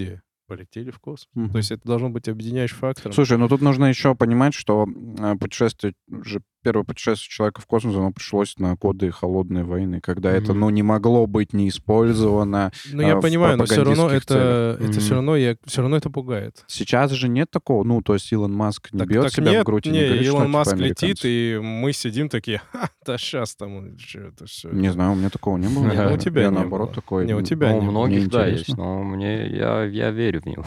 полетели в космос. Мгм. То есть это должно быть объединяющим фактором. Слушай, ну тут нужно еще понимать, что путешествие, уже первое путешествие человека в космос, оно пришлось на годы холодной войны, когда это, Мгм. ну, не могло быть не использовано Ну, я в понимаю, но все равно пропагандистских целях. это все равно, все равно это пугает. Сейчас же нет такого, ну, то есть Илон Маск не Так, бьет так себя в нет, грудь и не не, говорит, что Илон типа Маск летит, американцы. и мы сидим такие, да сейчас там, что это все. Не знаю, у меня такого не было. Не, ну у тебя Я не наоборот было. такой. Не, у тебя Ну, у не было. многих, да, интересно. есть, но я верю в него.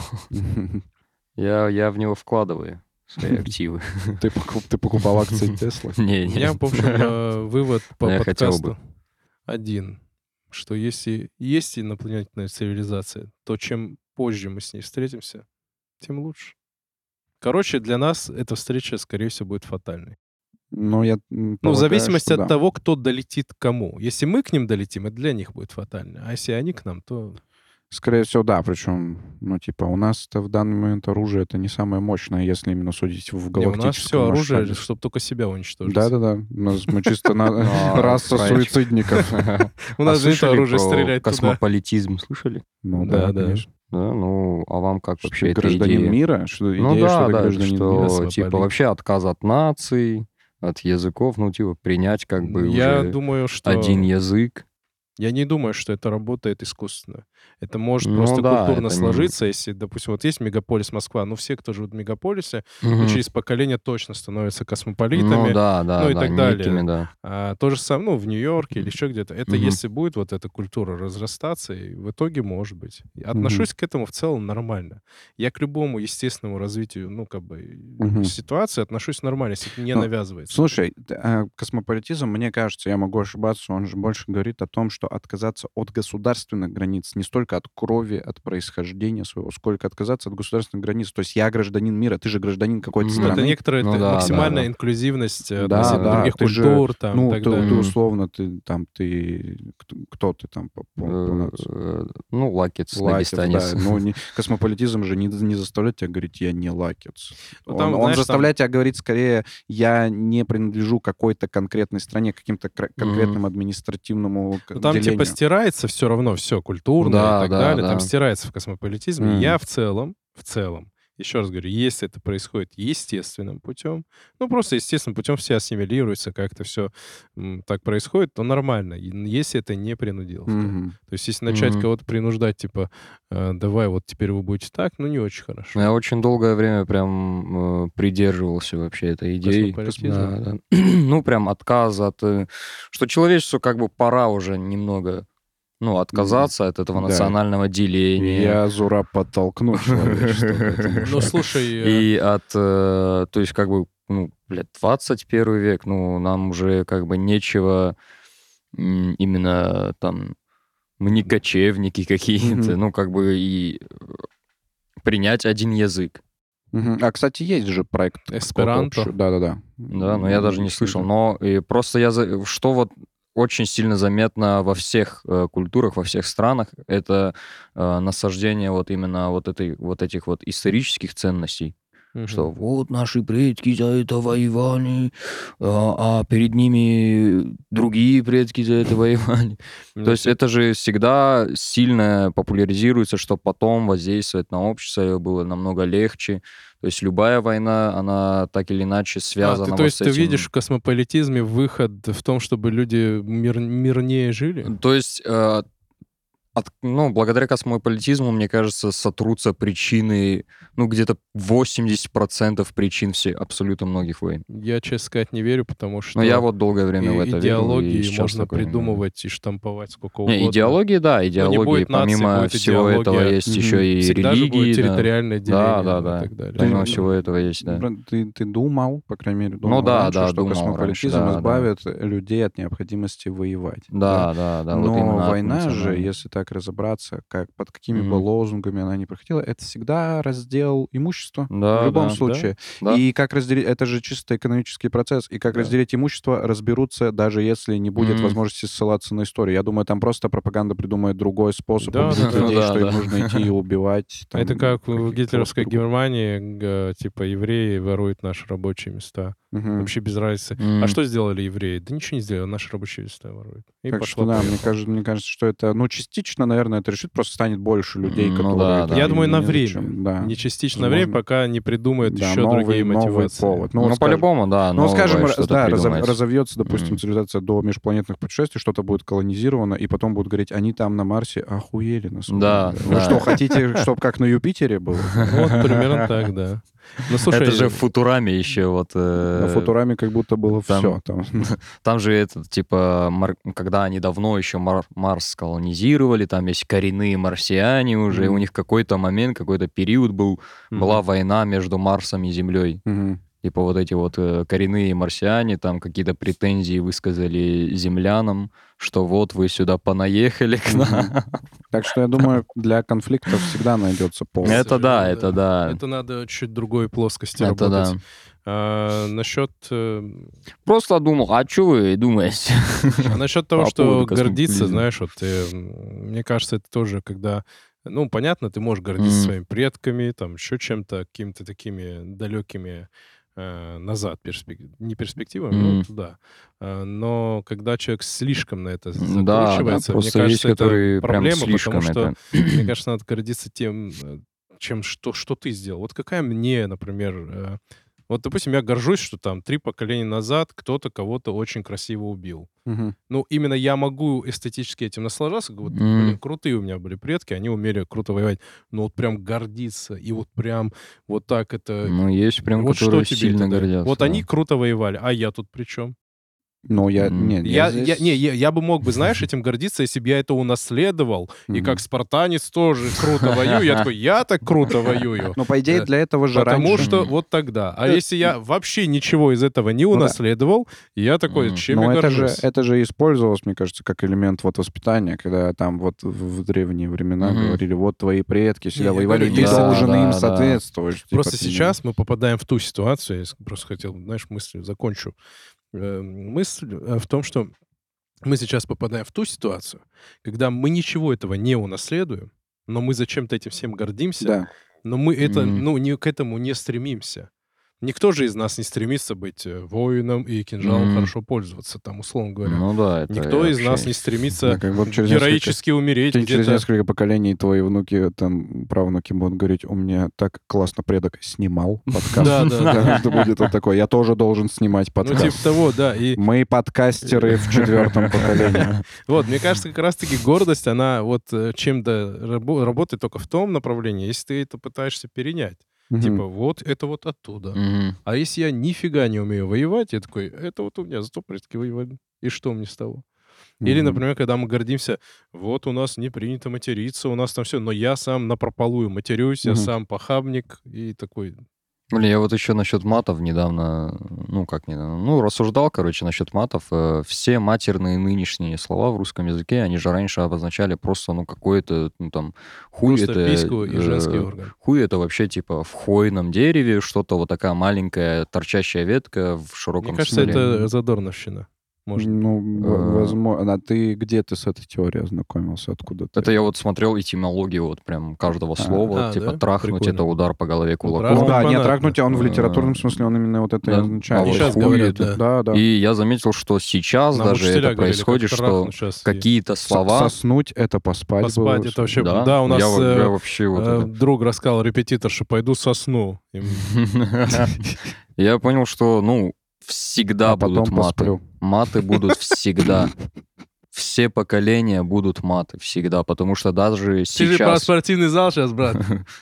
Я в него вкладываю свои активы. Ты покупал акции Теслы? Не, У меня, в общем, вывод по Но я хотел бы. подкасту один, что если есть инопланетная цивилизация, то чем позже мы с ней встретимся, тем лучше. Короче, для нас эта встреча, скорее всего, будет фатальной. Ну, я Ну, в полагаю, зависимости что от да. того, кто долетит к кому. Если мы к ним долетим, это для них будет фатально. А если они к нам, то... Скорее всего, да. Причем, ну, типа, у нас-то в данный момент оружие это не самое мощное, если именно судить в Не, у нас галактическом все оружие, масштабе. чтобы только себя уничтожить. Да-да-да. Мы чисто раса Франчик. суицидников. У нас же нет слышали оружия про стрелять туда. космополитизм, слышали? Ну Да, да, да. конечно. Да, ну, а вам как Что вообще ты эта гражданин идея? мира? Что Ну идея, что да, ты да, гражданин что мира? Космополит. типа вообще отказ от наций, от языков, ну типа принять как бы Я уже думаю, что... один язык. Я не думаю, что это работает искусственно. Это может Ну просто да, культурно это не- сложиться, если, допустим, вот есть мегаполис Москва, ну все, кто живут в мегаполисе, ну, Мгм. через поколение точно становятся Ну космополитами, да, да, ну и да, так далее. некими, да. А то же самое, ну, в Нью-Йорке или еще где-то. Это Мгм. если будет вот эта культура разрастаться, и в итоге может быть. Отношусь к этому в целом нормально. Я к любому естественному развитию, ну, как бы, Мгм. ситуации отношусь нормально, если это не Ну, навязывается. Слушай, космополитизм, мне кажется, я могу ошибаться, он же больше говорит о том, что отказаться от государственных границ, не столько от крови, от происхождения своего, сколько отказаться от государственных границ. То есть я гражданин мира, ты же гражданин какой-то Мгм. Ну, это страны. некоторая Ну это да, максимальная да. инклюзивность Да, относительно да, других ты же, культур там, и ну, так ты далее. условно, кто ты там по нации? Ну, лакец, Лакец, да. дагестанец. Ну, космополитизм же не заставляет тебя говорить, я не лакец. Ну, там, Он знаешь, заставляет тебя говорить скорее, я не принадлежу какой-то конкретной стране, каким-то конкретному административному Ну, там типа делению. стирается все равно, все культурное и Да, так да, далее. Там да. стирается в космополитизме. М. Я в целом, еще раз говорю, если это происходит естественным путем, ну, просто естественным путем все ассимилируются, как-то все так происходит, то нормально, если это не принудиловка. Мгм. То есть если начать Мгм. кого-то принуждать, типа, давай вот теперь вы будете так, ну, не очень Ну, хорошо. я очень долгое время прям придерживался вообще этой идеи. Космополитизма? Да, да. Ну, прям отказ от... Что человечеству как бы пора уже немного, ну, отказаться от этого Да. национального деления. Я, Зураб, подтолкну человечество к этому. Ну, слушай, И от... То есть как бы, ну, 21 век, ну, нам уже как бы нечего именно там... Мы не кочевники какие-то, Мгм. ну, как бы и принять один язык. Мгм. А, кстати, есть же проект какого-то Эсперанто. общего. Да-да-да. Да, но я даже не слышал. Но и просто что вот очень сильно заметно во всех культурах, во всех странах, это насаждение вот именно вот этих вот исторических ценностей. Мгм. Что вот наши предки за это воевали, а перед ними другие предки за это воевали. То есть это же всегда сильно популяризируется, что потом воздействовать на общество было намного легче. То есть любая война, она так или иначе связана то вот есть с ты этим. видишь в космополитизме выход в том, чтобы люди мирнее жили? То есть, благодаря космополитизму, мне кажется, сотрутся причины, ну, где-то 80% причин абсолютно многих войн. Я, честно сказать, не верю, потому что Но я вот долгое время в это верил, и идеологии сейчас можно такое, да. придумывать и штамповать сколько Не, угодно. идеологии, да, идеологии. будет нации, Помимо будет всего этого идеология. есть Мгм. еще и Всегда же будет религии. Да. территориальное деление Да, и да. так далее. Помимо Ты- всего этого есть, да. Ты думал, по крайней мере, думал да, раньше, да, что думал космополитизм раньше, да, избавит людей от необходимости воевать. Да. Вот Но именно от война же, национального. если так разобраться, под какими бы Мгм. лозунгами она ни проходила, это всегда раздел имущества Да, в любом да. случае. Да. И как разделить, это же чисто экономический процесс, и как Да. разделить имущество разберутся, даже если не будет Мгм. возможности ссылаться на историю. Я думаю, там просто пропаганда придумает другой способ Да, убедить да, людей, да. что им Да. нужно идти и убивать. там, Это как в каких-то гитлеровской других. Германии, типа, евреи воруют наши рабочие места. Мгм. Вообще без разницы. А что сделали евреи? Да ничего не сделали, наши рабочие места воруют. И Так что, пошла да, поехала. мне кажется, что это, ну, частично, наверное, это решит, просто станет больше людей, Ну которые да, да. Я такие, думаю, ну, на время. незачем, да. Не частично на время, Возможно, пока не придумают да, еще другие новый мотивации. повод. Ну, Ну, вот скажем, по-любому, да, ну, вот скажем, новое что-то да, придумается. разовьется, допустим, М. цивилизация до межпланетных путешествий, что-то будет колонизировано, и потом будут говорить, они там на Марсе охуели на самом Да, деле. Вы да. что, хотите, чтобы как на Юпитере было? Вот примерно так, да. Ну, слушай, Это же в Футураме еще вот... На Футураме как будто было там- все. Там же это, типа, когда они давно еще Марс колонизировали, там есть коренные марсиане уже, и у Мгм. них какой-то момент, какой-то период была мгм. война между Марсом и Землей. Мгм. Типа вот эти вот коренные марсиане там какие-то претензии высказали землянам, что вот вы сюда понаехали к нам. Так что я думаю, для конфликтов всегда найдется повод. Это да, Сожалению, это да. Это надо чуть другой плоскости Это да. работать. Насчет Просто думал, а что вы думаете? того, По что поводу гордиться, космополитизма. знаешь, вот мне кажется, это тоже, когда, ну, понятно, ты можешь гордиться Мгм. своими предками, там, еще чем-то, какими-то такими далекими назад не перспективами, ну, Мгм. это да. Но когда человек слишком на это Да, закручивается, мне просто есть, кажется, это которые прям проблема, потому слишком что, это... мне кажется, надо гордиться тем, что ты сделал. Вот какая мне, например, вот, допустим, я горжусь, что там 3 поколения назад кто-то кого-то очень красиво убил. Мгм. Ну, именно я могу эстетически этим наслаждаться. Вот, М. блин, крутые у меня были предки, они умели круто воевать. Но вот прям гордиться, и вот прям вот так это... Ну, есть прям, Вот что которые тебе сильно это дает? гордятся, Вот они да. круто воевали, а я тут при чем? Ну, я... М. Нет, я здесь... Я бы мог бы, знаешь, этим гордиться, если бы я это унаследовал, и Мгм. как спартанец тоже круто воюю. Я такой, я так круто воюю. Ну, по идее, Э, для этого же Потому раньше... что вот тогда. А Э, если я вообще ничего из этого не Ну да. унаследовал, я такой, чем я Но горжусь? это же использовалось, мне кажется, как элемент вот воспитания, когда там вот в древние времена Мгм. говорили, вот твои предки всегда я воевали, говорю, ты если- должен им Да, да. соответствовать. Просто Типа, ты не- сейчас мы попадаем в ту ситуацию, я просто хотел, знаешь, мысль закончу. Мысль в том, что мы сейчас попадаем в ту ситуацию, когда мы ничего этого не унаследуем, но мы зачем-то этим всем гордимся, Да. но мы это, М. ну, к этому не стремимся. Никто же из нас не стремится быть воином и кинжалом М. хорошо пользоваться, там, условно говоря. Ну да, это Никто из вообще... нас не Да, стремится как вот через героически умереть через где-то. несколько поколений твои внуки, там, правнуки будут говорить, у меня так классно предок снимал подкаст. Да, да, да. Это будет вот такое, я тоже должен снимать Ну, подкаст. типа того, да. И Мы подкастеры в 4-м поколении. вот, мне кажется, как раз-таки гордость, она вот чем-то работает только в том направлении, если ты это пытаешься перенять. Мгм. Типа, вот это вот оттуда. Мгм. А если я нифига не умею воевать, я такой, это вот у меня зато предки воевали. И что мне с того? Или, Мгм. например, когда мы гордимся, вот у нас не принято материться, у нас там все, но я сам напропалую матерюсь, я Мгм. сам похабник и такой... Блин, я вот еще насчет матов недавно, рассуждал, короче, насчет матов. Все матерные нынешние слова в русском языке, они же раньше обозначали просто, какой-то, хуй Просто это... письку и женский орган. Хуй это вообще, типа, в хвойном дереве, что-то вот такая маленькая торчащая ветка в широком Мне кажется, смысле. это задорновщина. Может быть. Ну, возможно. А ты где ты с этой теорией ознакомился? Откуда ты? Это я вот смотрел этимологию вот прям каждого слова, типа да? трахнуть Прикольно. это удар по голове кулаком. трахнуть Ну да, нет, понятно. трахнуть, он в литературном смысле, он именно вот это и Да. означает. А вот Сейчас хуй говорят, это- да. Да. И я заметил, что сейчас Нам даже учителя это говорили, происходит, как что трахнуть щас и какие-то слова... Соснуть — это поспать. Поспать, было. это вообще... Да, Да, у нас я вообще вот это... друг рассказал, репетитор, что пойду сосну. И Я понял, что, всегда А потом будут маты. посплю. Маты будут всегда. Все поколения будут маты всегда, потому что даже Ты же про сейчас... спортивный зал сейчас, брат.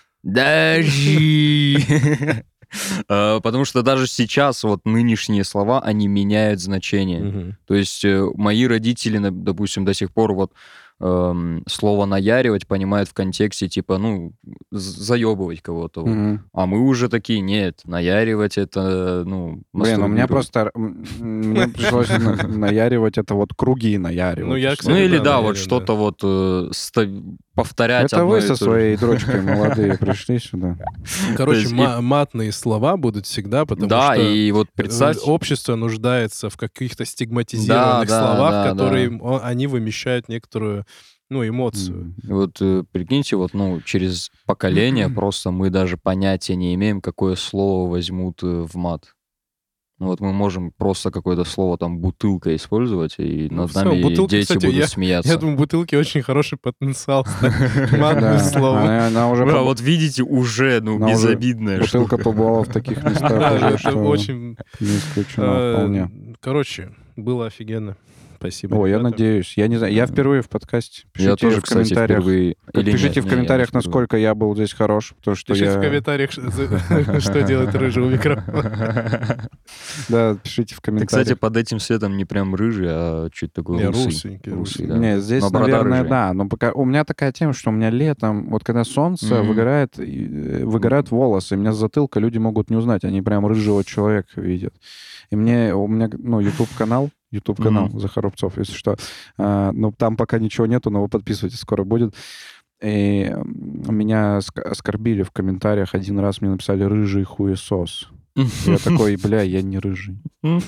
Даже... Потому что даже сейчас вот нынешние слова, они меняют значение. Мгм. То есть мои родители, допустим, до сих пор вот слово «наяривать» понимают в контексте типа, заебывать кого-то. Вот. Мгм. А мы уже такие, нет, наяривать это, Блин, у меня мастурбировать. просто... Мне пришлось наяривать это вот круги наяривать. Ну, я, условно. кстати, Ну или да, наверное, вот что-то вот повторять Это одно вы и со то же. своей дрочкой молодые пришли сюда. Короче, То есть матные слова будут всегда, потому Да, что и вот представь, общество нуждается в каких-то стигматизированных Да, словах, да, которые они вымещают некоторую, эмоцию. вот прикиньте, вот, через поколение просто мы даже понятия не имеем, какое слово возьмут в мат. Вот мы можем просто какое-то слово там «бутылка» использовать, и Ну, над всё, нами бутылка, дети кстати, будут смеяться. Я думаю, бутылки очень хороший потенциал стать матным Да, словом. она уже А вот видите, уже, ну, Она уже- безобидная бутылка штука. побывала в таких местах Да, уже, это что очень... не исключено вполне. Короче, было офигенно. Спасибо, О, я ребята. надеюсь. Я не знаю, я впервые в подкасте. Я Пишите тоже, в кстати, комментариях. впервые. Или Пишите нет, в не, комментариях, я не впервые. насколько я был здесь хорош, потому что Пишите в я... комментариях, что делает рыжий у микрофона. Да, пишите в Ты, кстати, комментариях. под этим светом не прям рыжий, а чуть такой Не, русый. русенький. да. Не, здесь, Но борода наверное, рыжая. да. Но пока... У меня такая тема, что у меня летом, вот когда солнце Мгм. выгорают волосы, у меня с затылка люди могут не узнать, они прям рыжего человека видят. И у меня, ну, YouTube-канал Захар Рубцов, если что. Ну, там пока ничего нету, но вы подписывайтесь, скоро будет. И меня оскорбили в комментариях. Один раз мне написали «рыжий хуесос». Я такой, бля, я не рыжий.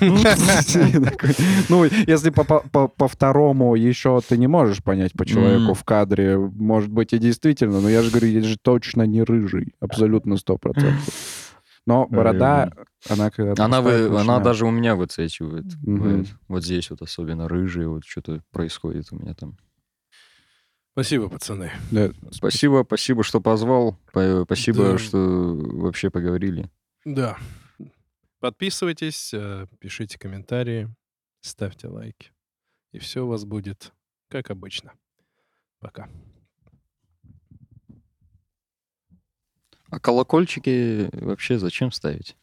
Ну, если по второму еще ты не можешь понять по человеку в кадре, может быть, и действительно, но я же говорю, я же точно не рыжий. Абсолютно 100%. Но борода, она когда Она даже у меня выцветивает. Мгм. Вот здесь вот особенно рыжие, вот что-то происходит у меня там. Спасибо, пацаны. Спасибо, что позвал. Спасибо, Да. что вообще поговорили. Да. Подписывайтесь, пишите комментарии, ставьте лайки. И все у вас будет как обычно. Пока. А колокольчики вообще зачем ставить?